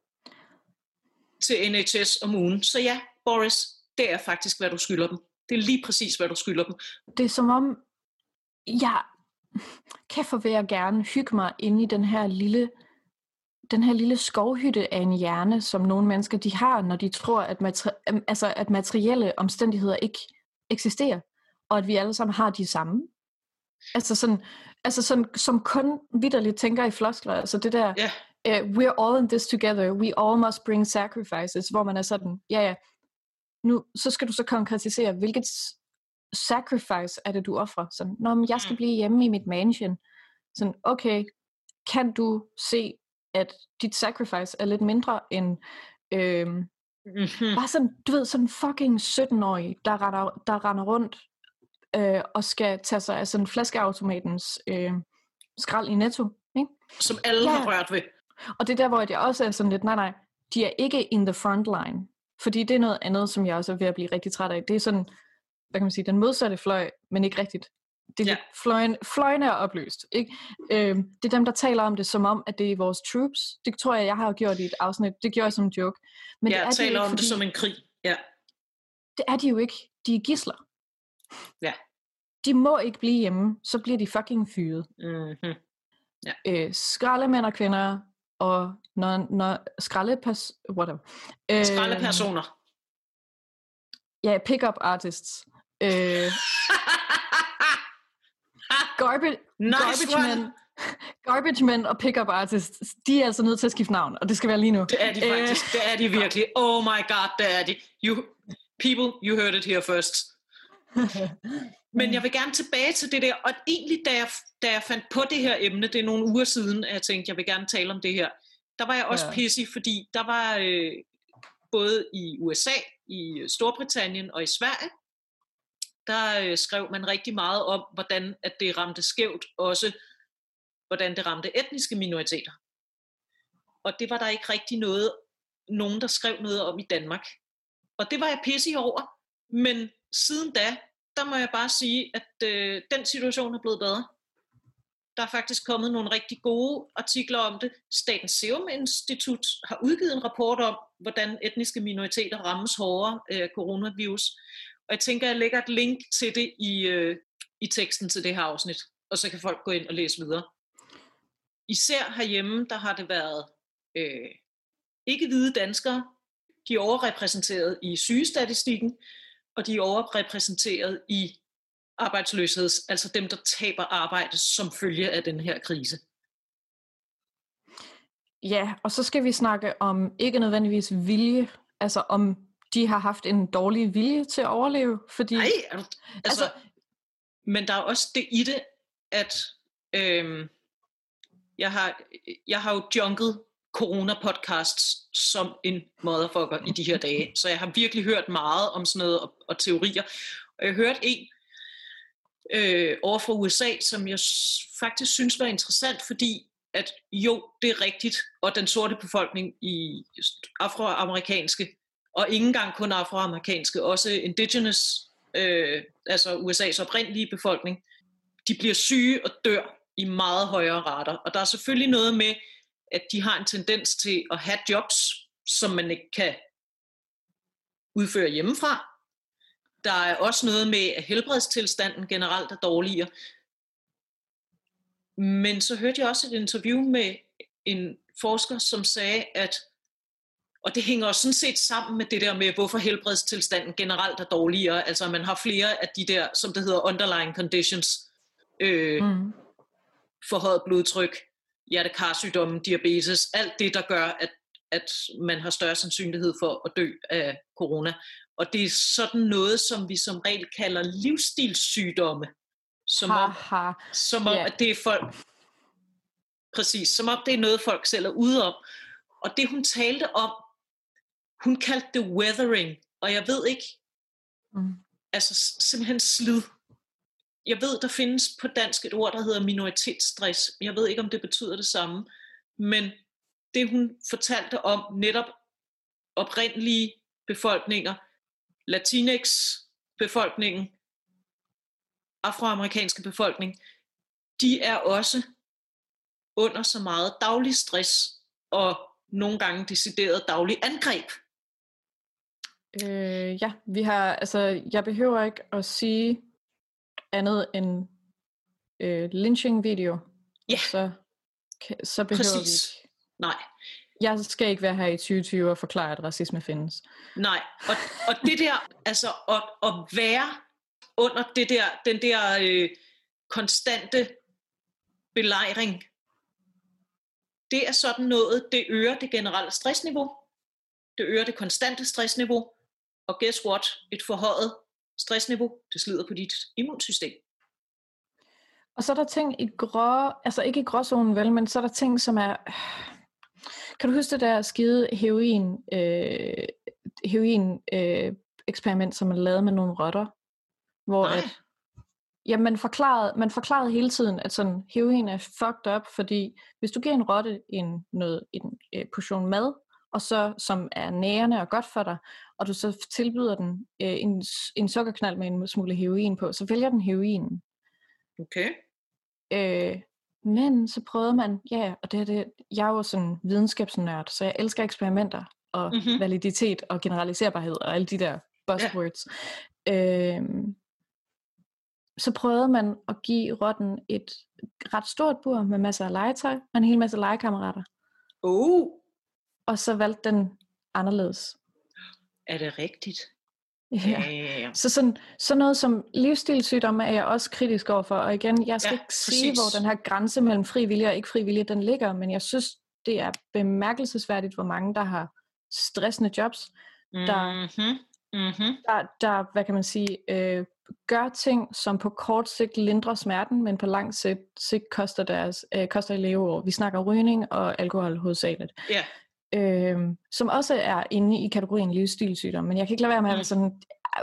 til NHS om ugen. Så ja, Boris, det er faktisk, hvad du skylder dem. Det er lige præcis, hvad du skylder dem. Det er som om, kæft vil jeg gerne hygge mig inde i den her lille skovhytte af en hjerne, som nogle mennesker de har, når de tror, at materielle omstændigheder ikke eksisterer, og at vi alle sammen har de samme. Altså sådan som kun vitterligt tænker i floskler, altså det der, we're all in this together, we all must bring sacrifices, hvor man er sådan, nu, så skal du så konkretisere, hvilket sacrifice er det, du offrer? Sådan, men jeg skal blive hjemme i mit mansion. Sådan, okay, kan du se, at dit sacrifice er lidt mindre end bare sådan, du ved, sådan fucking 17-årig, der render rundt og skal tage sig af sådan flaskeautomatens skrald i Netto, ikke? Som alle har rørt ved. Og det er der, hvor jeg også er sådan lidt, nej, de er ikke in the front line. Fordi det er noget andet, som jeg også er ved at blive rigtig træt af. Det er sådan, hvad kan man sige, den modsatte fløj, men ikke rigtigt. Det er fløjene er opløst. Ikke? Det er dem, der taler om det, som om, at det er vores troops. Det tror jeg har gjort i et afsnit. Det gjorde jeg som en joke. Men jeg taler om det som en krig. Ja. Det er de jo ikke. De er gidsler. Ja. De må ikke blive hjemme, så bliver de fucking fyret. Mm-hmm. Ja. Skraldemænd og kvinder, og skraldepersoner. Ja, pick-up artists. Garbage men og pick-up artists, de er altså nødt til at skifte navn, og det skal være lige nu. Det er de faktisk, det er de virkelig. Oh my god, det er de. You heard it here first. Men jeg vil gerne tilbage til det der, og egentlig da jeg fandt på det her emne, det er nogle uger siden, at jeg tænkte, jeg vil gerne tale om det her, der var jeg også pissig, fordi der var både i USA, i Storbritannien og i Sverige, der skrev man rigtig meget om, hvordan at det ramte skævt, også hvordan det ramte etniske minoriteter. Og det var der ikke rigtig nogen, der skrev noget om i Danmark. Og det var jeg pissig over, men siden da, der må jeg bare sige, at den situation er blevet bedre. Der er faktisk kommet nogle rigtig gode artikler om det. Statens Serum Institut har udgivet en rapport om, hvordan etniske minoriteter rammes hårdere af coronavirus. Og jeg tænker, jeg lægger et link til det i teksten til det her afsnit, og så kan folk gå ind og læse videre. Især herhjemme, der har det været ikke-hvide danskere. De er overrepræsenteret i sygestatistikken, og de er overrepræsenteret i arbejdsløsheds, altså dem, der taber arbejde som følge af den her krise. Ja, og så skal vi snakke om ikke nødvendigvis vilje, altså om de har haft en dårlig vilje til at overleve, fordi... Nej, altså, men der er også det i det, at jeg har jo junket corona-podcasts som en motherfucker i de her dage, så jeg har virkelig hørt meget om sådan noget og teorier. Og jeg hørte en over fra USA, som jeg faktisk synes var interessant, fordi at jo, det er rigtigt, og den sorte befolkning i afroamerikanske, og ikke engang kun afroamerikanske, også indigenous, altså USA's oprindelige befolkning, de bliver syge og dør i meget højere rater. Og der er selvfølgelig noget med, at de har en tendens til at have jobs, som man ikke kan udføre hjemmefra. Der er også noget med, at helbredstilstanden generelt er dårligere. Men så hørte jeg også et interview med en forsker, som sagde, at, og det hænger også sådan set sammen med det der med, hvorfor helbredstilstanden generelt er dårligere. Altså man har flere af de der, som det hedder underlying conditions, forhøjet blodtryk, hjertekarsygdomme, diabetes, alt det, der gør, at man har større sandsynlighed for at dø af corona. Og det er sådan noget, som vi som regel kalder livsstilssygdomme. Som om, at det er folk, Præcis, som om det er noget, folk selv er ude om. Og det, hun talte om, hun kaldte det weathering, og jeg ved ikke, altså simpelthen slid. Jeg ved, der findes på dansk et ord, der hedder minoritetsstress. Jeg ved ikke, om det betyder det samme. Men det, hun fortalte om netop oprindelige befolkninger, Latinx-befolkningen, afroamerikanske befolkning, de er også under så meget daglig stress, og nogle gange decideret daglig angreb. Ja, vi har, altså, jeg behøver ikke at sige andet end lynching-video. Ja, så behøver vi ikke. Nej. Jeg skal ikke være her i 2020 og forklare, at racisme findes. Nej, og det der, altså at være under det der, den der konstante belejring, det er sådan noget, det øger det generelle stressniveau, det øger det konstante stressniveau, og guess what? Et forhøjet stressniveau, det slider på dit immunsystem. Og så er der ting i altså ikke i gråzonen vel, men så er der ting, som er... Kan du huske det der skide heroin eksperiment, som man lavede med nogle rotter? Hvor man forklarede hele tiden, at sådan, heroin er fucked up, fordi hvis du giver en rotte en portion mad, og så, som er nærende og godt for dig, og du så tilbyder den en sukkerknald med en smule heroin på, så vælger den heroinen. Okay. Men så prøvede man, og det, jeg er jo sådan videnskabsnørd, så jeg elsker eksperimenter, og validitet, og generaliserbarhed, og alle de der buzzwords. Så prøvede man at give rotten et ret stort bur med masser af legetøj, og en hel masse legekammerater. Og så valgte den anderledes. Er det rigtigt? Ja. Så sådan noget som livsstilssygdomme er jeg også kritisk overfor. Og igen, jeg skal ikke sige, hvor den her grænse mellem fri vilje og ikke fri vilje, den ligger, men jeg synes, det er bemærkelsesværdigt, hvor mange, der har stressende jobs, der hvad kan man sige, gør ting, som på kort sigt lindrer smerten, men på lang sigt koster i leveår. Vi snakker rygning og alkohol hovedsageligt. Ja. Som også er inde i kategorien livsstilssygdom, men jeg kan ikke lade være med at være sådan,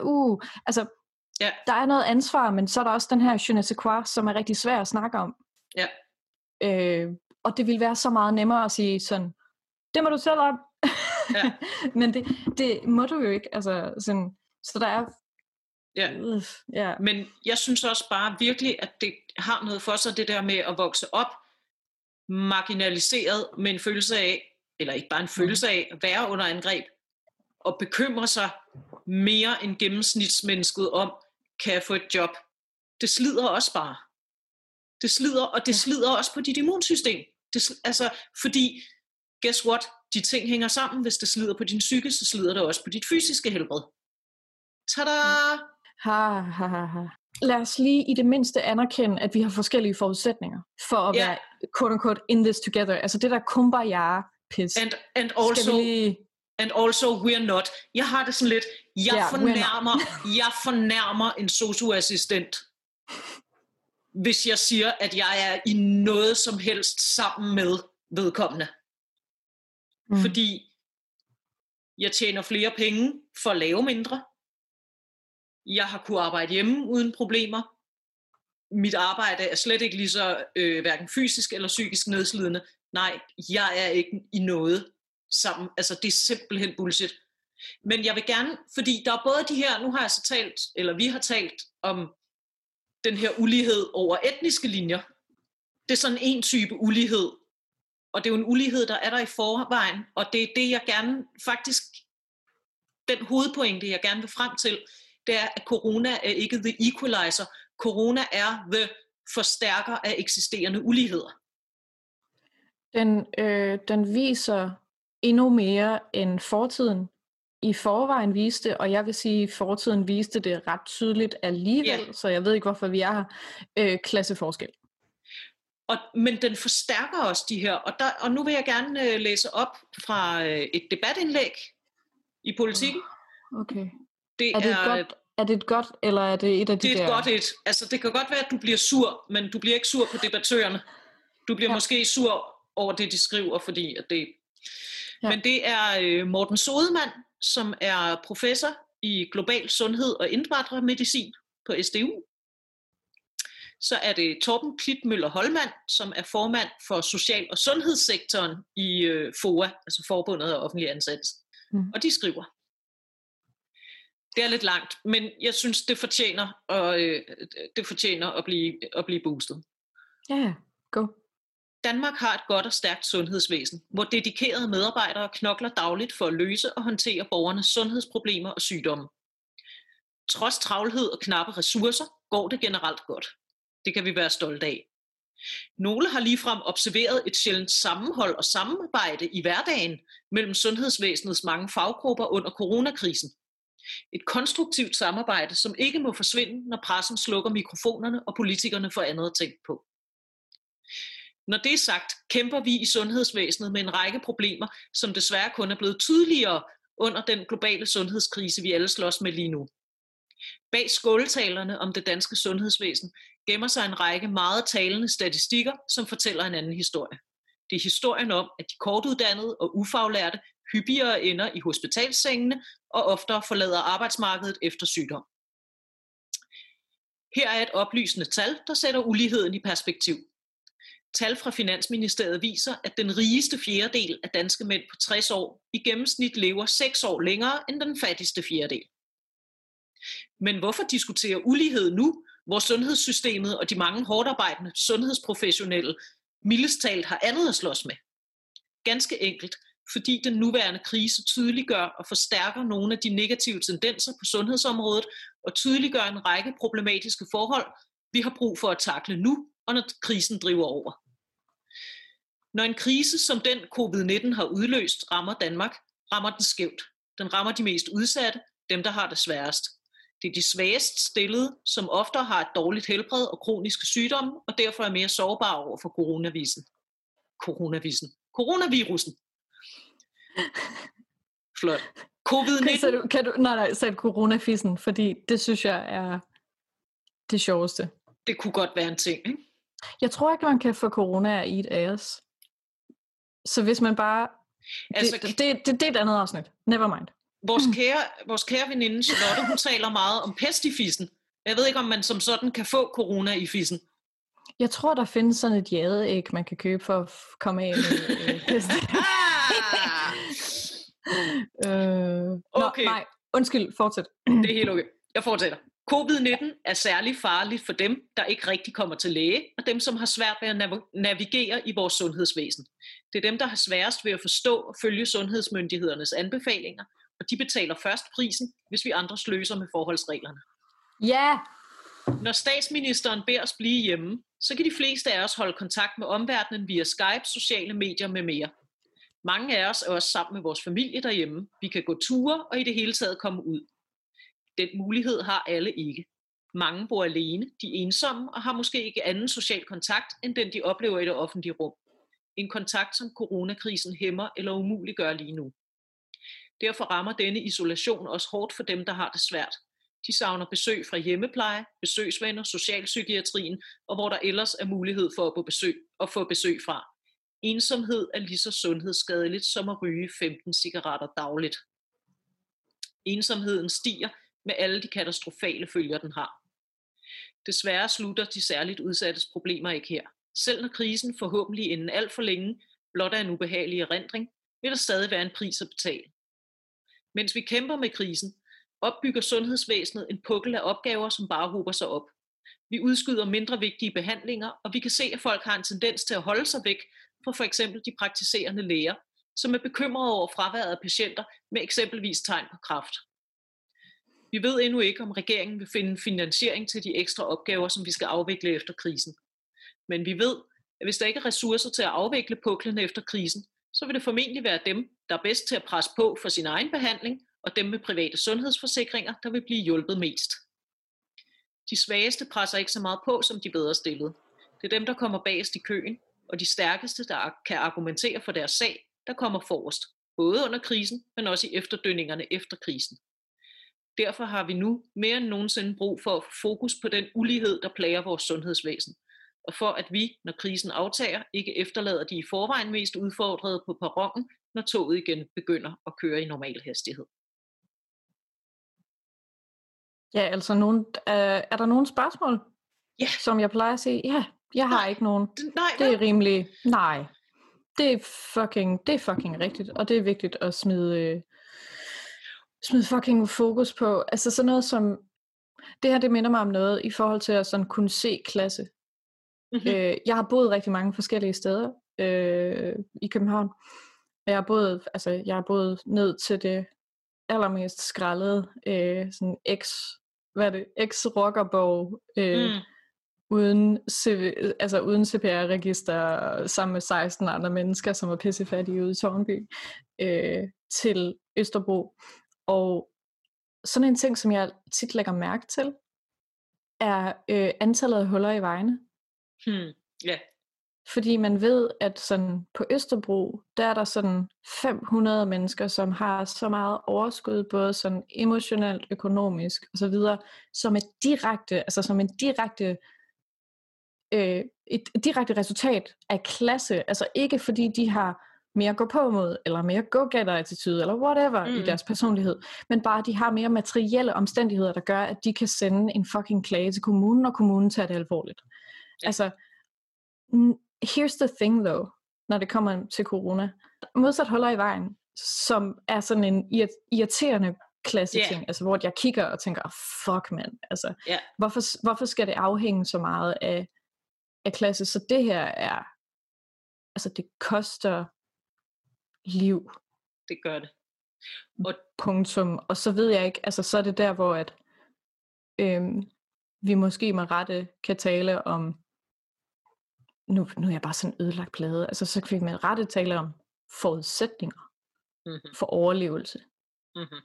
der er noget ansvar, men så er der også den her je ne sais quoi, som er rigtig svær at snakke om. Ja. Og det ville være så meget nemmere at sige sådan, det må du selv om. Ja. Men det må du jo ikke, altså sådan, så der er Men jeg synes også bare virkelig, at det har noget for sig, det der med at vokse op marginaliseret med en følelse af, eller ikke bare en følelse af at være under angreb, og bekymre sig mere end gennemsnitsmennesket om, kan jeg få et job? Det slider også bare. Det slider, og det slider også på dit immunsystem. Fordi, guess what? De ting hænger sammen. Hvis det slider på din psyke, så slider det også på dit fysiske helbred. Tada! Lad os lige i det mindste anerkende, at vi har forskellige forudsætninger for at være quote-unquote in this together. Altså det der kumbaya pis. And also we're not. Jeg har det sådan lidt, jeg fornærmer en sosu-assistent, hvis jeg siger, at jeg er i noget som helst sammen med vedkommende. Fordi jeg tjener flere penge for at lave mindre. Jeg har kunnet arbejde hjemme uden problemer. Mit arbejde er slet ikke lige så hverken fysisk eller psykisk nedslidende. Nej, jeg er ikke i noget sammen. Altså, det er simpelthen bullshit. Men jeg vil gerne, fordi der er både de her, nu har jeg så talt, eller vi har talt om den her ulighed over etniske linjer. Det er sådan en type ulighed. Og det er jo en ulighed, der er der i forvejen. Og det er det, jeg gerne faktisk, den hovedpointe, jeg gerne vil frem til, det er, at corona er ikke the equalizer. Corona er the forstærker af eksisterende uligheder. Den viser endnu mere end fortiden i forvejen viste, og jeg vil sige, at fortiden viste det ret tydeligt alligevel, så jeg ved ikke, hvorfor vi er her, klasseforskel. Men den forstærker også de her, og nu vil jeg gerne læse op fra et debatindlæg i Politiken. Okay. Er det et godt, eller er det et af de der? Det er et godt et. Altså, det kan godt være, at du bliver sur, men du bliver ikke sur på debattørerne. Du bliver måske sur over det, de skriver, fordi at det... Ja. Men det er Morten Sodemann, som er professor i global sundhed og indvandrermedicin på SDU. Så er det Torben Klitmøller Holmand, som er formand for social- og sundhedssektoren i FOA, altså Forbundet af Offentlige Ansatte. Og de skriver. Det er lidt langt, men jeg synes, det fortjener at blive boostet. Ja, go. Danmark har et godt og stærkt sundhedsvæsen, hvor dedikerede medarbejdere knokler dagligt for at løse og håndtere borgernes sundhedsproblemer og sygdomme. Trods travlhed og knappe ressourcer går det generelt godt. Det kan vi være stolte af. Nogle har ligefrem observeret et sjældent sammenhold og samarbejde i hverdagen mellem sundhedsvæsenets mange faggrupper under coronakrisen. Et konstruktivt samarbejde, som ikke må forsvinde, når pressen slukker mikrofonerne og politikerne får andet at tænke på. Når det er sagt, kæmper vi i sundhedsvæsenet med en række problemer, som desværre kun er blevet tydeligere under den globale sundhedskrise, vi alle slås med lige nu. Bag skåltalerne om det danske sundhedsvæsen gemmer sig en række meget talende statistikker, som fortæller en anden historie. Det er historien om, at de kortuddannede og ufaglærte hyppigere ender i hospitalssengene og oftere forlader arbejdsmarkedet efter sygdom. Her er et oplysende tal, der sætter uligheden i perspektiv. Tal fra Finansministeriet viser, at den rigeste fjerdedel af danske mænd på 60 år i gennemsnit lever 6 år længere end den fattigste fjerdedel. Men hvorfor diskutere ulighed nu, hvor sundhedssystemet og de mange hårdarbejdende sundhedsprofessionelle mildest talt har andet at slås med? Ganske enkelt, fordi den nuværende krise tydeliggør og forstærker nogle af de negative tendenser på sundhedsområdet og tydeliggør en række problematiske forhold, vi har brug for at takle nu, og når krisen driver over. Når en krise som den covid-19 har udløst rammer Danmark, rammer den skævt. Den rammer de mest udsatte, dem der har det sværest. Det er de svagest stillede, som oftere har et dårligt helbred og kroniske sygdomme, og derfor er mere sårbare over for coronavirusen. Flot. Covid-19. Sagde coronafissen, fordi det synes jeg er det sjoveste. Det kunne godt være en ting, ikke? Jeg tror ikke, man kan få corona af eat ass. Så hvis man bare... Altså, det er et andet afsnit. Never mind. Vores kære veninde Charlotte, hun taler meget om pest i fissen. Jeg ved ikke, om man som sådan kan få corona i fissen. Jeg tror, der findes sådan et jadeæg, man kan købe for at komme af med pest. Okay. Nej, undskyld, fortsæt. Det er helt okay. Jeg fortsætter. Covid-19 er særlig farligt for dem, der ikke rigtig kommer til læge, og dem, som har svært ved at navigere i vores sundhedsvæsen. Det er dem, der har sværest ved at forstå og følge sundhedsmyndighedernes anbefalinger, og de betaler først prisen, hvis vi andre sløser med forholdsreglerne. Ja! Når statsministeren beder os blive hjemme, så kan de fleste af os holde kontakt med omverdenen via Skype, sociale medier med mere. Mange af os er også sammen med vores familie derhjemme. Vi kan gå ture og i det hele taget komme ud. Den mulighed har alle ikke. Mange bor alene, de er ensomme og har måske ikke anden social kontakt, end den de oplever i det offentlige rum. En kontakt, som coronakrisen hæmmer eller umuliggør lige nu. Derfor rammer denne isolation også hårdt for dem, der har det svært. De savner besøg fra hjemmepleje, besøgsvenner, socialpsykiatrien og hvor der ellers er mulighed for at få besøg fra. Ensomhed er lige så sundhedsskadeligt som at ryge 15 cigaretter dagligt. Ensomheden stiger med alle de katastrofale følger, den har. Desværre slutter de særligt udsattes problemer ikke her. Selv når krisen forhåbentlig inden alt for længe blot er en ubehagelig erindring, vil der stadig være en pris at betale. Mens vi kæmper med krisen, opbygger sundhedsvæsenet en pukkel af opgaver, som bare hober sig op. Vi udskyder mindre vigtige behandlinger, og vi kan se, at folk har en tendens til at holde sig væk fra for eksempel de praktiserende læger, som er bekymrede over fraværet af patienter med eksempelvis tegn på kræft. Vi ved endnu ikke, om regeringen vil finde finansiering til de ekstra opgaver, som vi skal afvikle efter krisen. Men vi ved, at hvis der ikke er ressourcer til at afvikle puklerne efter krisen, så vil det formentlig være dem, der er bedst til at presse på for sin egen behandling, og dem med private sundhedsforsikringer, der vil blive hjulpet mest. De svageste presser ikke så meget på, som de bedre stillede. Det er dem, der kommer bagest i køen, og de stærkeste, der kan argumentere for deres sag, der kommer forrest, både under krisen, men også i efterdønningerne efter krisen. Derfor har vi nu mere end nogensinde brug for at få fokus på den ulighed, der plager vores sundhedsvæsen, og for at vi, når krisen aftager, ikke efterlader de i forvejen mest udfordrede på perronen, når toget igen begynder at køre i normal hastighed. Ja, altså er der nogle spørgsmål, som jeg plejer at sige? Ja, jeg har ikke nogen. Det er rimelig. Nej, det er fucking rigtigt, og det er vigtigt at smide fucking fokus på. Altså sådan noget som det her, det minder mig om noget i forhold til at sådan kunne se klasse. Mm-hmm. Jeg har boet rigtig mange forskellige steder i København. Jeg har boet ned til det allermest skraldede sådan ex-rockerborg uden CPR-register sammen med 16 andre mennesker, som var pissefattige ude i Tårnby, til Østerbro. Og sådan en ting, som jeg tit lægger mærke til, er antallet af huller i vejene. Fordi man ved, at sådan på Østerbro, der er der sådan 500 mennesker, som har så meget overskud, både sådan emotionelt, økonomisk og så videre, som et direkte direkte resultat af klasse. Altså ikke fordi de har mere gå på mod, eller mere go-getter-attitude, eller whatever i deres personlighed, men bare de har mere materielle omstændigheder, der gør, at de kan sende en fucking klage til kommunen, og kommunen tager det alvorligt. Ja. Altså, here's the thing though, når det kommer til corona. Modsat huller i vejen, som er sådan en irriterende klasseting, altså hvor jeg kigger og tænker, fuck man, altså, hvorfor skal det afhænge så meget af klasse? Så det her er, altså det koster liv. Det gør det. Og punktum. Og så ved jeg ikke, altså så er det der, hvor at vi måske med rette kan tale om, nu er jeg bare sådan en ødelagt plade, altså så kan vi med rette tale om forudsætninger for overlevelse. Mm-hmm.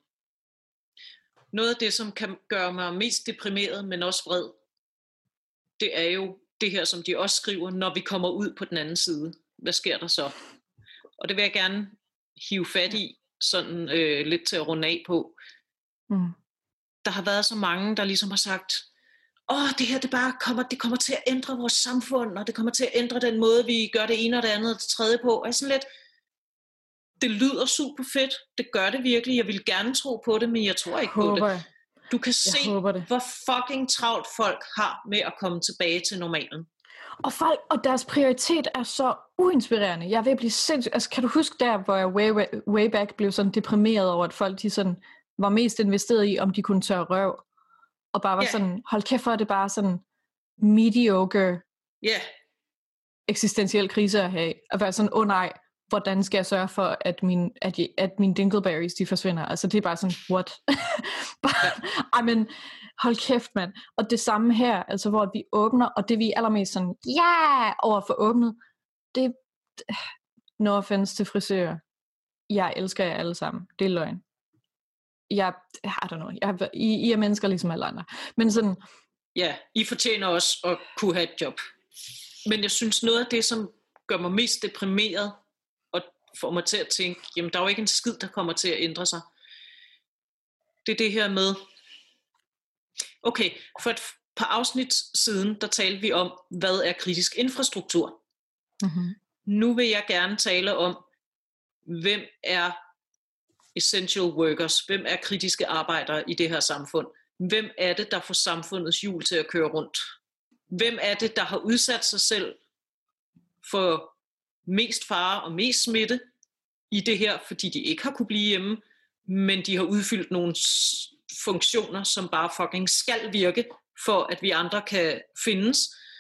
Noget af det, som kan gøre mig mest deprimeret, men også vred, det er jo det her, som de også skriver, når vi kommer ud på den anden side. Hvad sker der så? Og det vil jeg gerne hive fat i, sådan lidt til at runde af på. Der har været så mange, der ligesom har sagt, det her det kommer til at ændre vores samfund, og det kommer til at ændre den måde, vi gør det ene og det andet og det tredje på. Og jeg er sådan lidt, det lyder super fedt, det gør det virkelig, jeg vil gerne tro på det, men jeg tror ikke på det. Du kan se, hvor fucking travlt folk har med at komme tilbage til normalen. Og deres prioritet er så uinspirerende. Jeg vil blive sindssygt. Altså, kan du huske der, hvor jeg way back blev sådan deprimeret over, at folk de sådan var mest investeret i, om de kunne tørre røv, og bare var sådan, hold kæft for, det bare sådan mediocre eksistentiel krise at have. At være sådan, nej, hvordan skal jeg sørge for, at mine dingleberries, de forsvinder? Altså, det er bare sådan, what? Men hold kæft, mand. Og det samme her, altså hvor vi åbner, og det vi er allermest sådan, over for åbnet, det no offense til frisører. Jeg elsker jer alle sammen. Det er løgn. I er mennesker ligesom alle andre. Men sådan... Ja, I fortjener også at kunne have et job. Men jeg synes, noget af det, som gør mig mest deprimeret, og får mig til at tænke, jamen der er jo ikke en skid, der kommer til at ændre sig. Det er det her med... Okay, for et par afsnit siden, der talte vi om, hvad er kritisk infrastruktur. Mm-hmm. Nu vil jeg gerne tale om, hvem er essential workers, hvem er kritiske arbejdere i det her samfund. Hvem er det, der får samfundets hjul til at køre rundt? Hvem er det, der har udsat sig selv for mest fare og mest smitte i det her, fordi de ikke har kunne blive hjemme, men de har udfyldt nogle funktioner, som bare fucking skal virke, for at vi andre kan findes.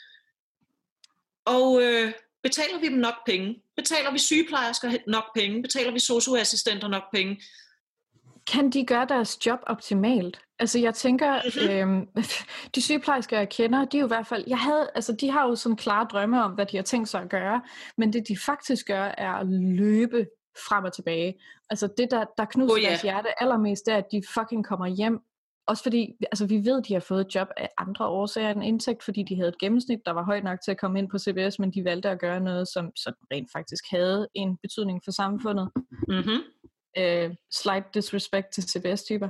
Og betaler vi dem nok penge? Betaler vi sygeplejersker nok penge? Betaler vi sosu-assistenter nok penge? Kan de gøre deres job optimalt? Altså jeg tænker, de sygeplejersker jeg kender, de er jo i hvert fald, de har jo sådan klare drømme om, hvad de har tænkt sig at gøre, men det de faktisk gør, er at løbe frem og tilbage. Altså det der knuser deres hjerte allermest, det er, at de fucking kommer hjem. Også fordi, altså vi ved, de har fået et job af andre årsager end indtægt, fordi de havde et gennemsnit, der var højt nok til at komme ind på CBS, men de valgte at gøre noget, som rent faktisk havde en betydning for samfundet. Mm-hmm. Slight disrespect til CBS-typer.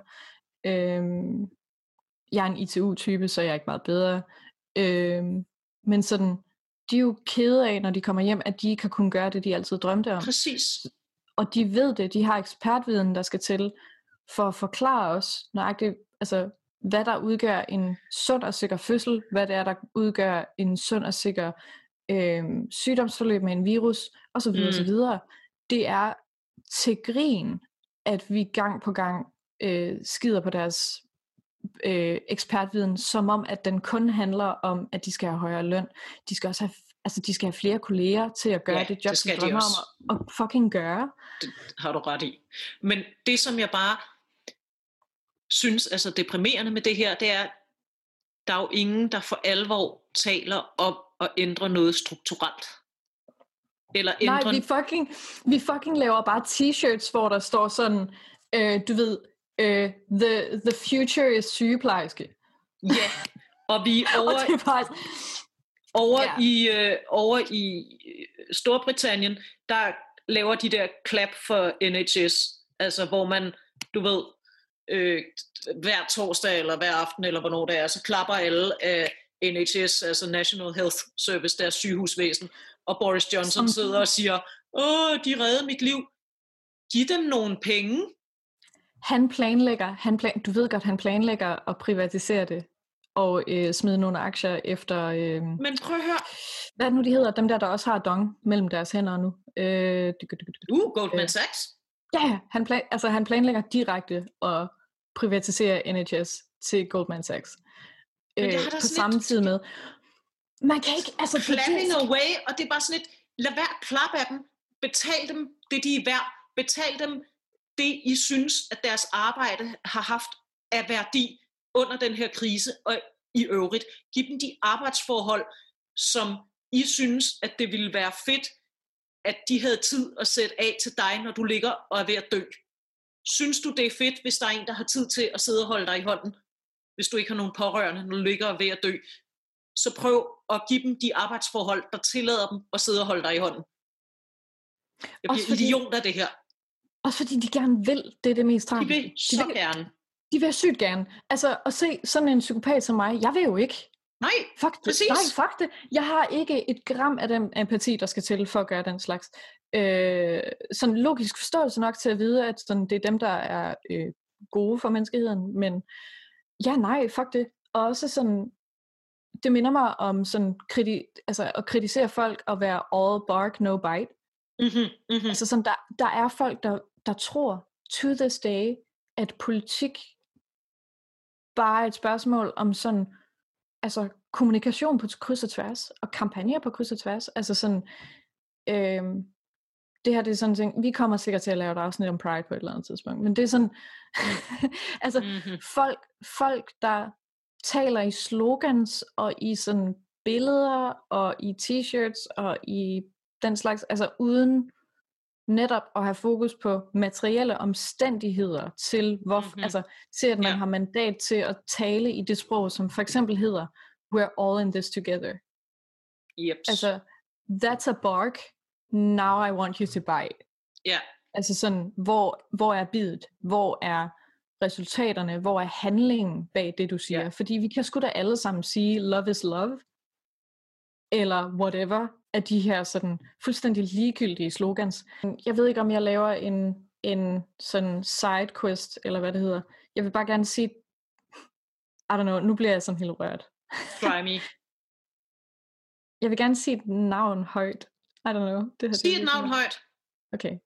Jeg er en ITU-type, så jeg er ikke meget bedre. Men sådan, de er jo kede af, når de kommer hjem, at de ikke har kunnet gøre det, de altid drømte om. Præcis. Og de ved det, de har ekspertviden, der skal til, for at forklare os nøjagtigt, altså, hvad der udgør en sund og sikker fødsel, hvad det er, der udgør en sund og sikker sygdomsforløb med en virus, osv. osv. Det er til grin, at vi gang på gang skider på deres ekspertviden, som om, at den kun handler om, at de skal have højere løn. De skal også have, altså, de skal have flere kolleger til at gøre det job, de drømmer om at fucking gøre. Det har du ret i. Men det, som jeg bare synes er så deprimerende med det her, det er, der er jo ingen, der for alvor taler om at ændre noget strukturelt. Eller ændre... Nej, vi fucking laver bare t-shirts, hvor der står sådan, du ved, the future is sygeplejerske. Ja, og vi over i Storbritannien, der laver de der clap for NHS, altså hvor man, du ved, hver torsdag eller hver aften, eller hvornår det er, så klapper alle af NHS, altså National Health Service, deres sygehusvæsen, og Boris Johnson sidder og siger, de reddede mit liv. Giv dem nogle penge. Du ved godt, han planlægger at privatisere det, og smide nogle aktier efter... Men prøv at høre. Hvad er det nu, de hedder? Dem der også har dong mellem deres hænder nu. Goldman Sachs? Ja, han planlægger direkte at privatisere NHS til Goldman Sachs. På samme tid med... Man kan ikke... Altså, clapping away, og det er bare sådan et... Lad være at klappe af dem. Betal dem det, de er værd. Betal dem det, I synes, at deres arbejde har haft af værdi under den her krise, og i øvrigt. Giv dem de arbejdsforhold, som I synes, at det ville være fedt, at de havde tid at sætte af til dig, når du ligger og er ved at dø. Synes du, det er fedt, hvis der er en, der har tid til at sidde og holde dig i hånden, hvis du ikke har nogen pårørende, når du ligger og er ved at dø? Så prøv at give dem de arbejdsforhold, der tillader dem at sidde og holde dig i hånden. Jeg bliver idiot af det her. Også fordi de gerne vil, det er det mest tragiske. De vil så gerne. De vil sygt gerne. Altså, at se sådan en psykopat som mig, jeg vil jo ikke. Nej, præcis. Fuck det. Jeg har ikke et gram af den empati, der skal til for at gøre den slags. Sådan logisk forståelse nok til at vide, at sådan, det er dem, der er gode for menneskeheden. Men ja, nej, fuck det. Og også sådan, det minder mig om sådan, at kritisere folk og være all bark, no bite. Mm-hmm. Altså sådan, der er folk, der tror to this day, at politik bare er et spørgsmål om sådan, altså kommunikation på kryds og tværs, og kampagner på kryds og tværs. Altså sådan, det her det er sådan en ting, vi kommer sikkert til at lave et afsnit om Pride på et eller andet tidspunkt, men det er sådan, altså folk, der taler i slogans, og i sådan billeder, og i t-shirts, og i den slags, altså uden netop at have fokus på materielle omstændigheder til, altså, til at man har mandat til at tale i det sprog, som for eksempel hedder, we're all in this together. Yep. Altså, that's a bark, now I want you to bite. Yeah. Altså sådan, hvor er bidet? Hvor er resultaterne? Hvor er handlingen bag det, du siger? Fordi vi kan sgu da alle sammen sige, love is love, eller whatever, af de her sådan fuldstændig ligegyldige slogans. Jeg ved ikke, om jeg laver en sådan side quest, eller hvad det hedder. Jeg vil bare gerne sige, I don't know, nu bliver jeg sådan helt rørt. Try me. Jeg vil gerne sige et navn højt. I don't know. Sig et navn højt. Okay.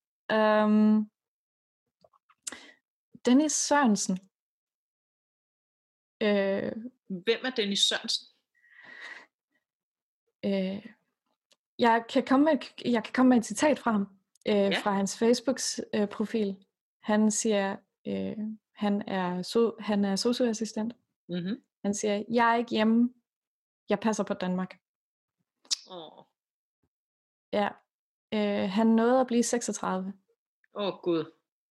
Dennis Sørensen. Hvem er Dennis Sørensen? Jeg kan komme med et citat fra ham, fra hans Facebooks profil. Han siger, han er socioassistent. Mm-hmm. Han siger, jeg er ikke hjemme, jeg passer på Danmark. Ja, han nåede at blive 36. Gud.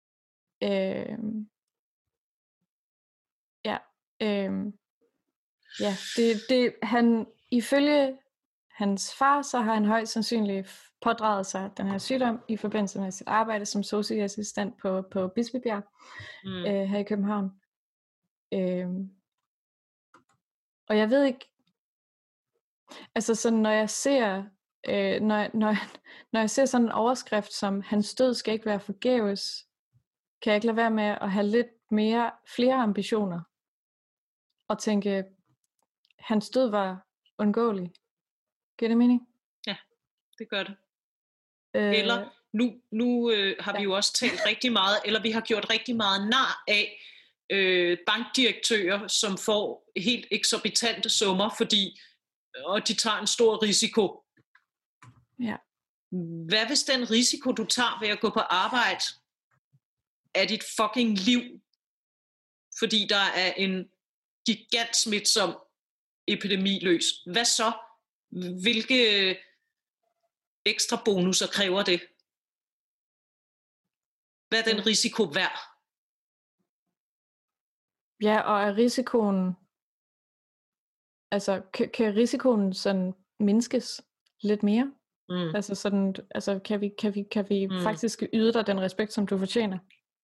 Ja, det han ifølge hans far, så har han højst sandsynligt pådraget sig den her sygdom i forbindelse med sit arbejde som socioassistent på Bispebjerg her i København. Og jeg ved ikke, Altså sådan, når jeg ser, når jeg ser sådan en overskrift som, hans død skal ikke være forgæves, kan jeg ikke lade være med at have lidt flere ambitioner. Og tænke, hans død var undgåelig. Giver det mening? Ja, det gør det. Eller nu har vi jo også talt rigtig meget, eller vi har gjort rigtig meget nar af bankdirektører, som får helt eksorbitante summer, og de tager en stor risiko. Ja. Hvad hvis den risiko, du tager ved at gå på arbejde, er dit fucking liv, fordi der er en gigant smitsom epidemi løs? Hvad så? Hvilke ekstra bonusser kræver det? Hvad er den risiko værd? Ja, og er risikoen, altså kan risikoen sådan mindskes lidt mere? Altså sådan, altså kan vi faktisk yde dig den respekt, som du fortjener?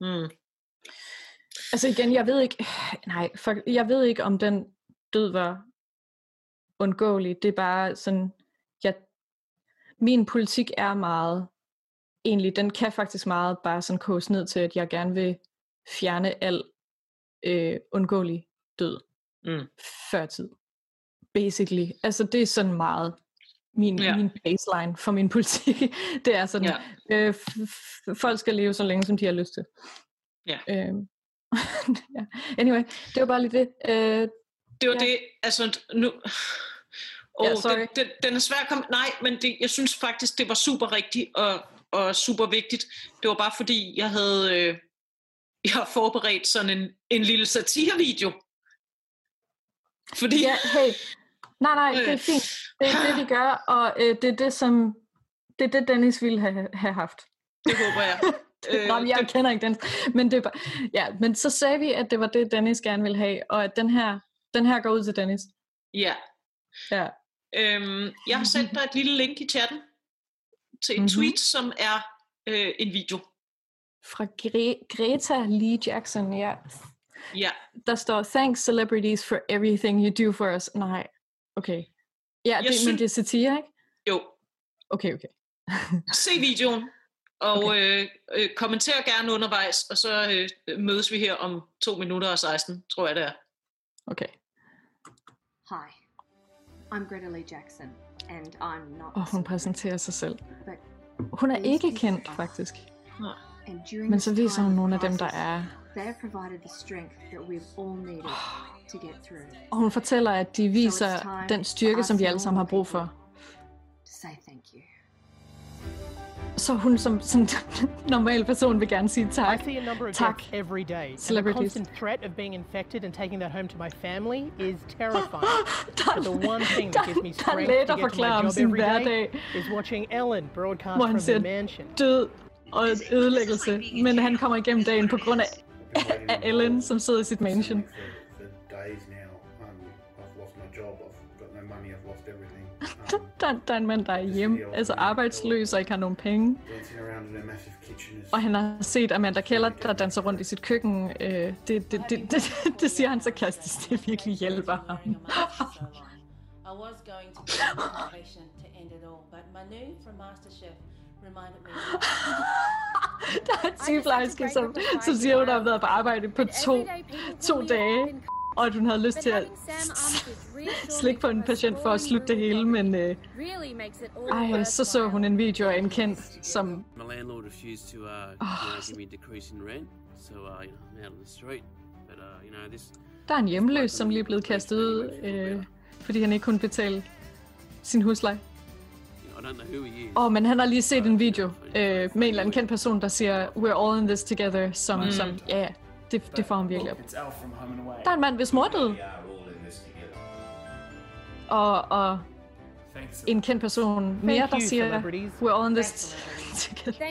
Altså igen, jeg ved ikke, om den død var undgåelig. Det er bare sådan, min politik er meget, egentlig, den kan faktisk meget bare sådan koges ned til, at jeg gerne vil fjerne al undgåelig død før tid. Basically. Altså det er sådan meget min baseline for min politik. Det er sådan, folk skal leve så længe, som de har lyst til. Ja. Anyway, det var bare lige det. Det var det, altså nu... den er svær at komme... Nej, men jeg synes faktisk, det var super rigtigt og super vigtigt. Det var bare fordi, jeg har forberedt sådan en lille satirevideo. Fordi... Ja, hey. Nej, det er fint. Det er det, vi gør, og det er det, Dennis ville have haft. Det håber jeg. Nå, men jeg kender ikke Dennis. Men, det er bare, men så sagde vi, at det var det, Dennis gerne ville have, og at den her går ud til Dennis. Ja. Jeg har sendt dig et lille link i chatten til en tweet, som er en video. Fra Greta Lee Jackson, ja. Der står, thanks celebrities for everything you do for us. Nej, okay. Ja, men det er satire, ikke? Jo. Okay. Se videoen, og kommenter gerne undervejs, og så mødes vi her om 2 minutter og 16, tror jeg det er. Okay. Hi, I'm Greta Lee Jackson, and I'm not... hun præsenterer sig selv. Hun er ikke kendt, faktisk. Men så viser hun nogle af dem, der er. Og hun fortæller, at de viser den styrke, som vi alle sammen har brug for. Så hun som sådan normal person vil gerne sige tak. Tak. Celebrities. The constant threat of being infected and taking that home to my family is terrifying. But the one thing that gives me strength to get to my job every day is watching Ellen broadcast from the mansion. Død og ødelæggelse, men han kommer igennem dagen på grund af Ellen, som sidder i sit mansion. Der er en mand, der er hjemme, altså arbejdsløs og ikke har nogen penge. Og han har set Amanda Keller, der danser rundt i sit køkken. Det siger han sarkastisk, det virkelig hjælper ham. Der er en sygeplejerske, som siger, at hun har været på arbejde på to dage, og at hun havde lyst til at slikke på en patient for at slutte det hele, men så hun en video af en kendt, som... Der er en hjemløs, som lige er blevet kastet ud, fordi han ikke kunne betale sin husleje. Men han har lige set en video med en eller anden kendt person, der siger, we're all in this together, som det får ham virkelig op. Der er en mand, hvis mor døde. Og en kendt person mere, der siger, we're all in this together.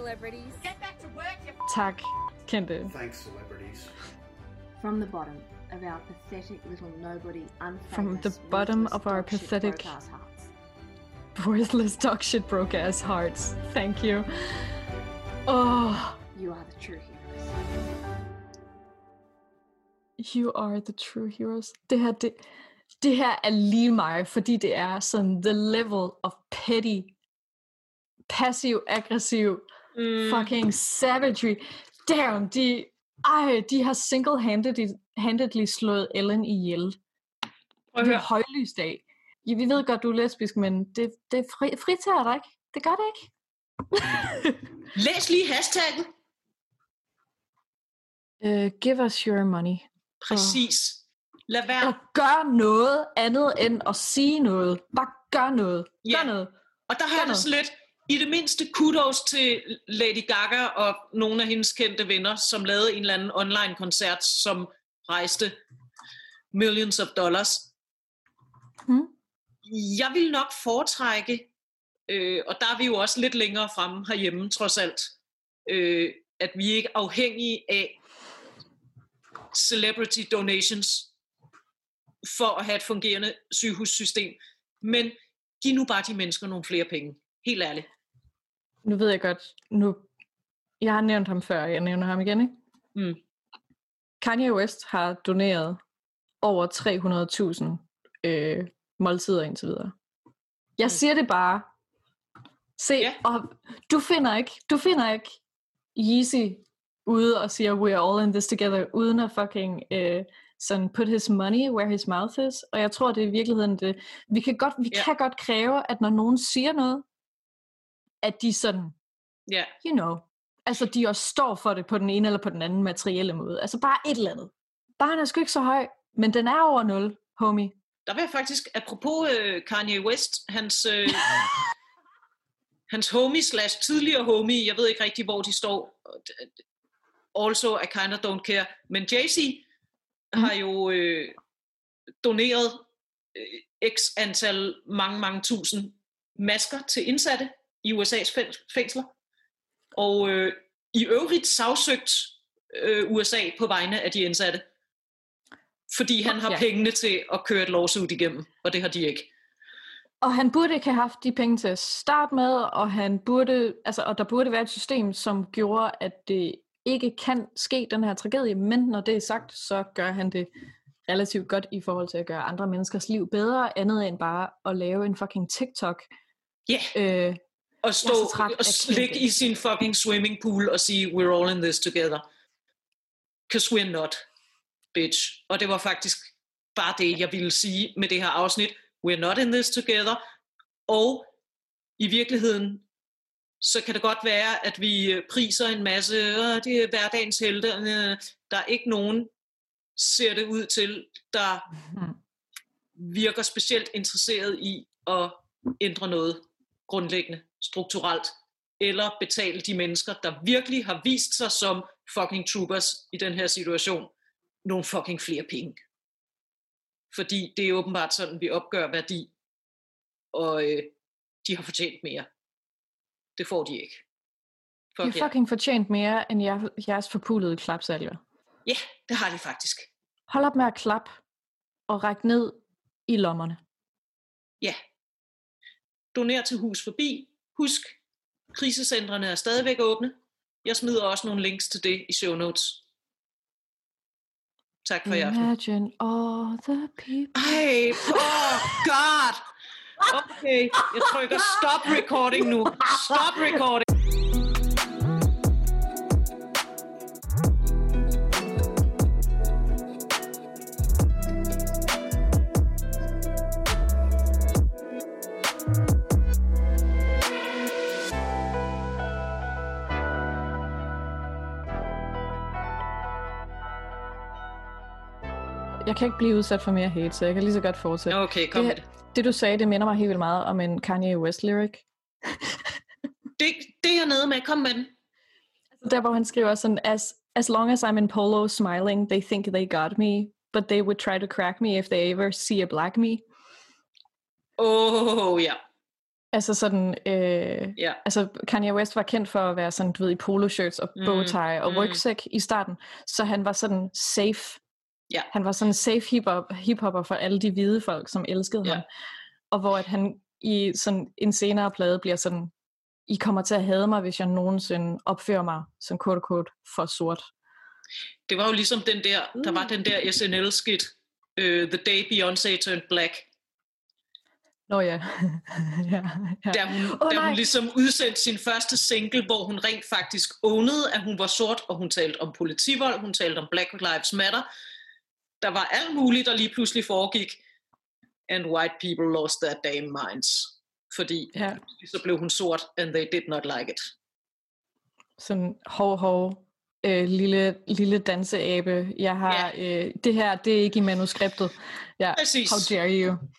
Tak, kendte. From the bottom of our pathetic little nobody, From the bottom of our pathetic, worthless dog shit broke ass hearts. Thank you. You are the true heroes. You are the true heroes. Det her, det her er lige mig, fordi det er sådan the level of petty, passiv-aggressiv, fucking savagery. Damn, de har single-handedly slået Ellen ihjel. Det er højlysdag. Ja, vi ved godt, du er lesbisk, men det fritager dig ikke. Det gør det ikke. Læs lige hashtagget. Give us your money. Præcis. Lad være. Og gør noget andet end at sige noget. Bare gør noget. Gør noget. Og der har jeg det så lidt, i det mindste kudos til Lady Gaga og nogle af hendes kendte venner, som lavede en eller anden online-koncert, som rejste millions of dollars. Jeg vil nok foretrække, og der er vi jo også lidt længere fremme herhjemme, trods alt, at vi ikke er afhængige af celebrity donations for at have et fungerende sygehussystem. Men giv nu bare de mennesker nogle flere penge. Helt ærligt. Nu ved jeg godt, jeg har nævnt ham før, jeg nævner ham igen, ikke? Kanye West har doneret over 300.000 måltider indtil videre. Jeg siger det bare. Se, og du finder ikke Yeezy ude og siger, we are all in this together, uden at fucking sådan put his money where his mouth is. Og jeg tror, det er i virkeligheden det. Vi kan godt kræve, at når nogen siger noget, at de sådan, you know, altså de også står for det på den ene eller på den anden materielle måde. Altså bare et eller andet. Barn er sgu ikke så høj, men den er over 0, homie. Der vil jeg faktisk, apropos Kanye West, hans homie / tidligere homie, jeg ved ikke rigtig, hvor de står, also I kinda don't care, men Jay-Z har jo doneret x antal mange tusind masker til indsatte i USA's fængsler, og i øvrigt sagsøgt USA på vegne af de indsatte, fordi han har pengene til at køre et lawsuit igennem, og det har de ikke. Og han burde ikke have haft de penge til at starte med, og og der burde være et system, som gjorde, at det ikke kan ske, den her tragedie, men når det er sagt, så gør han det relativt godt i forhold til at gøre andre menneskers liv bedre, andet end bare at lave en fucking TikTok. Og stå og ligge i sin fucking swimming pool og sige, we're all in this together. 'Cause we're not, bitch. Og det var faktisk bare det, jeg ville sige med det her afsnit. We're not in this together. Og i virkeligheden, så kan det godt være, at vi priser en masse, det er hverdagens helte. Der er ikke nogen, ser det ud til, der virker specielt interesseret i at ændre noget grundlæggende, strukturelt, eller betale de mennesker, der virkelig har vist sig som fucking troopers i den her situation, nogle fucking flere penge. Fordi det er åbenbart sådan, vi opgør værdi, og de har fortjent mere. Det får de ikke. De har fucking fortjent mere, end jeres forpulede klapsalver. Ja, det har de faktisk. Hold op med at klappe, og række ned i lommerne. Ja. Doner til Hus Forbi. Husk, krisecentrene er stadigvæk åbne. Jeg smider også nogle links til det i show notes. Tak for i aften. Imagine all the people. God! Okay, jeg trykker stop recording nu. Stop recording. Jeg kan ikke blive udsat for mere hate, så jeg kan lige så godt fortsætte. Okay, kom med det. Det du sagde, det minder mig helt vildt meget om en Kanye West lyric. det er nede med, kom med den. Der hvor han skriver sådan, as long as I'm in polo smiling, they think they got me, but they would try to crack me if they ever see a black me. Ja. Altså sådan, altså Kanye West var kendt for at være sådan, du ved, i poloshirts og bowtie og rygsæk i starten, så han var sådan safe. Ja. Han var sådan en safe hiphopper for alle de hvide folk, som elskede ham. Og hvor at han i sådan en senere plade bliver sådan, I kommer til at hade mig, hvis jeg nogensinde opfører mig som quote-unquote for sort. Det var jo ligesom den der, der var den der SNL-skit, The Day Beyoncé Turned Black. Nå ja. Da hun ligesom udsendte sin første single, hvor hun rent faktisk ownede, at hun var sort, og hun talte om politivold, hun talte om Black Lives Matter. Der var alt muligt, der lige pludselig foregik, and white people lost their damn minds. Fordi så blev hun sort, and they did not like it. Sådan lille danseabe. Jeg har det her, det er ikke i manuskriptet. Ja, præcis. How dare you?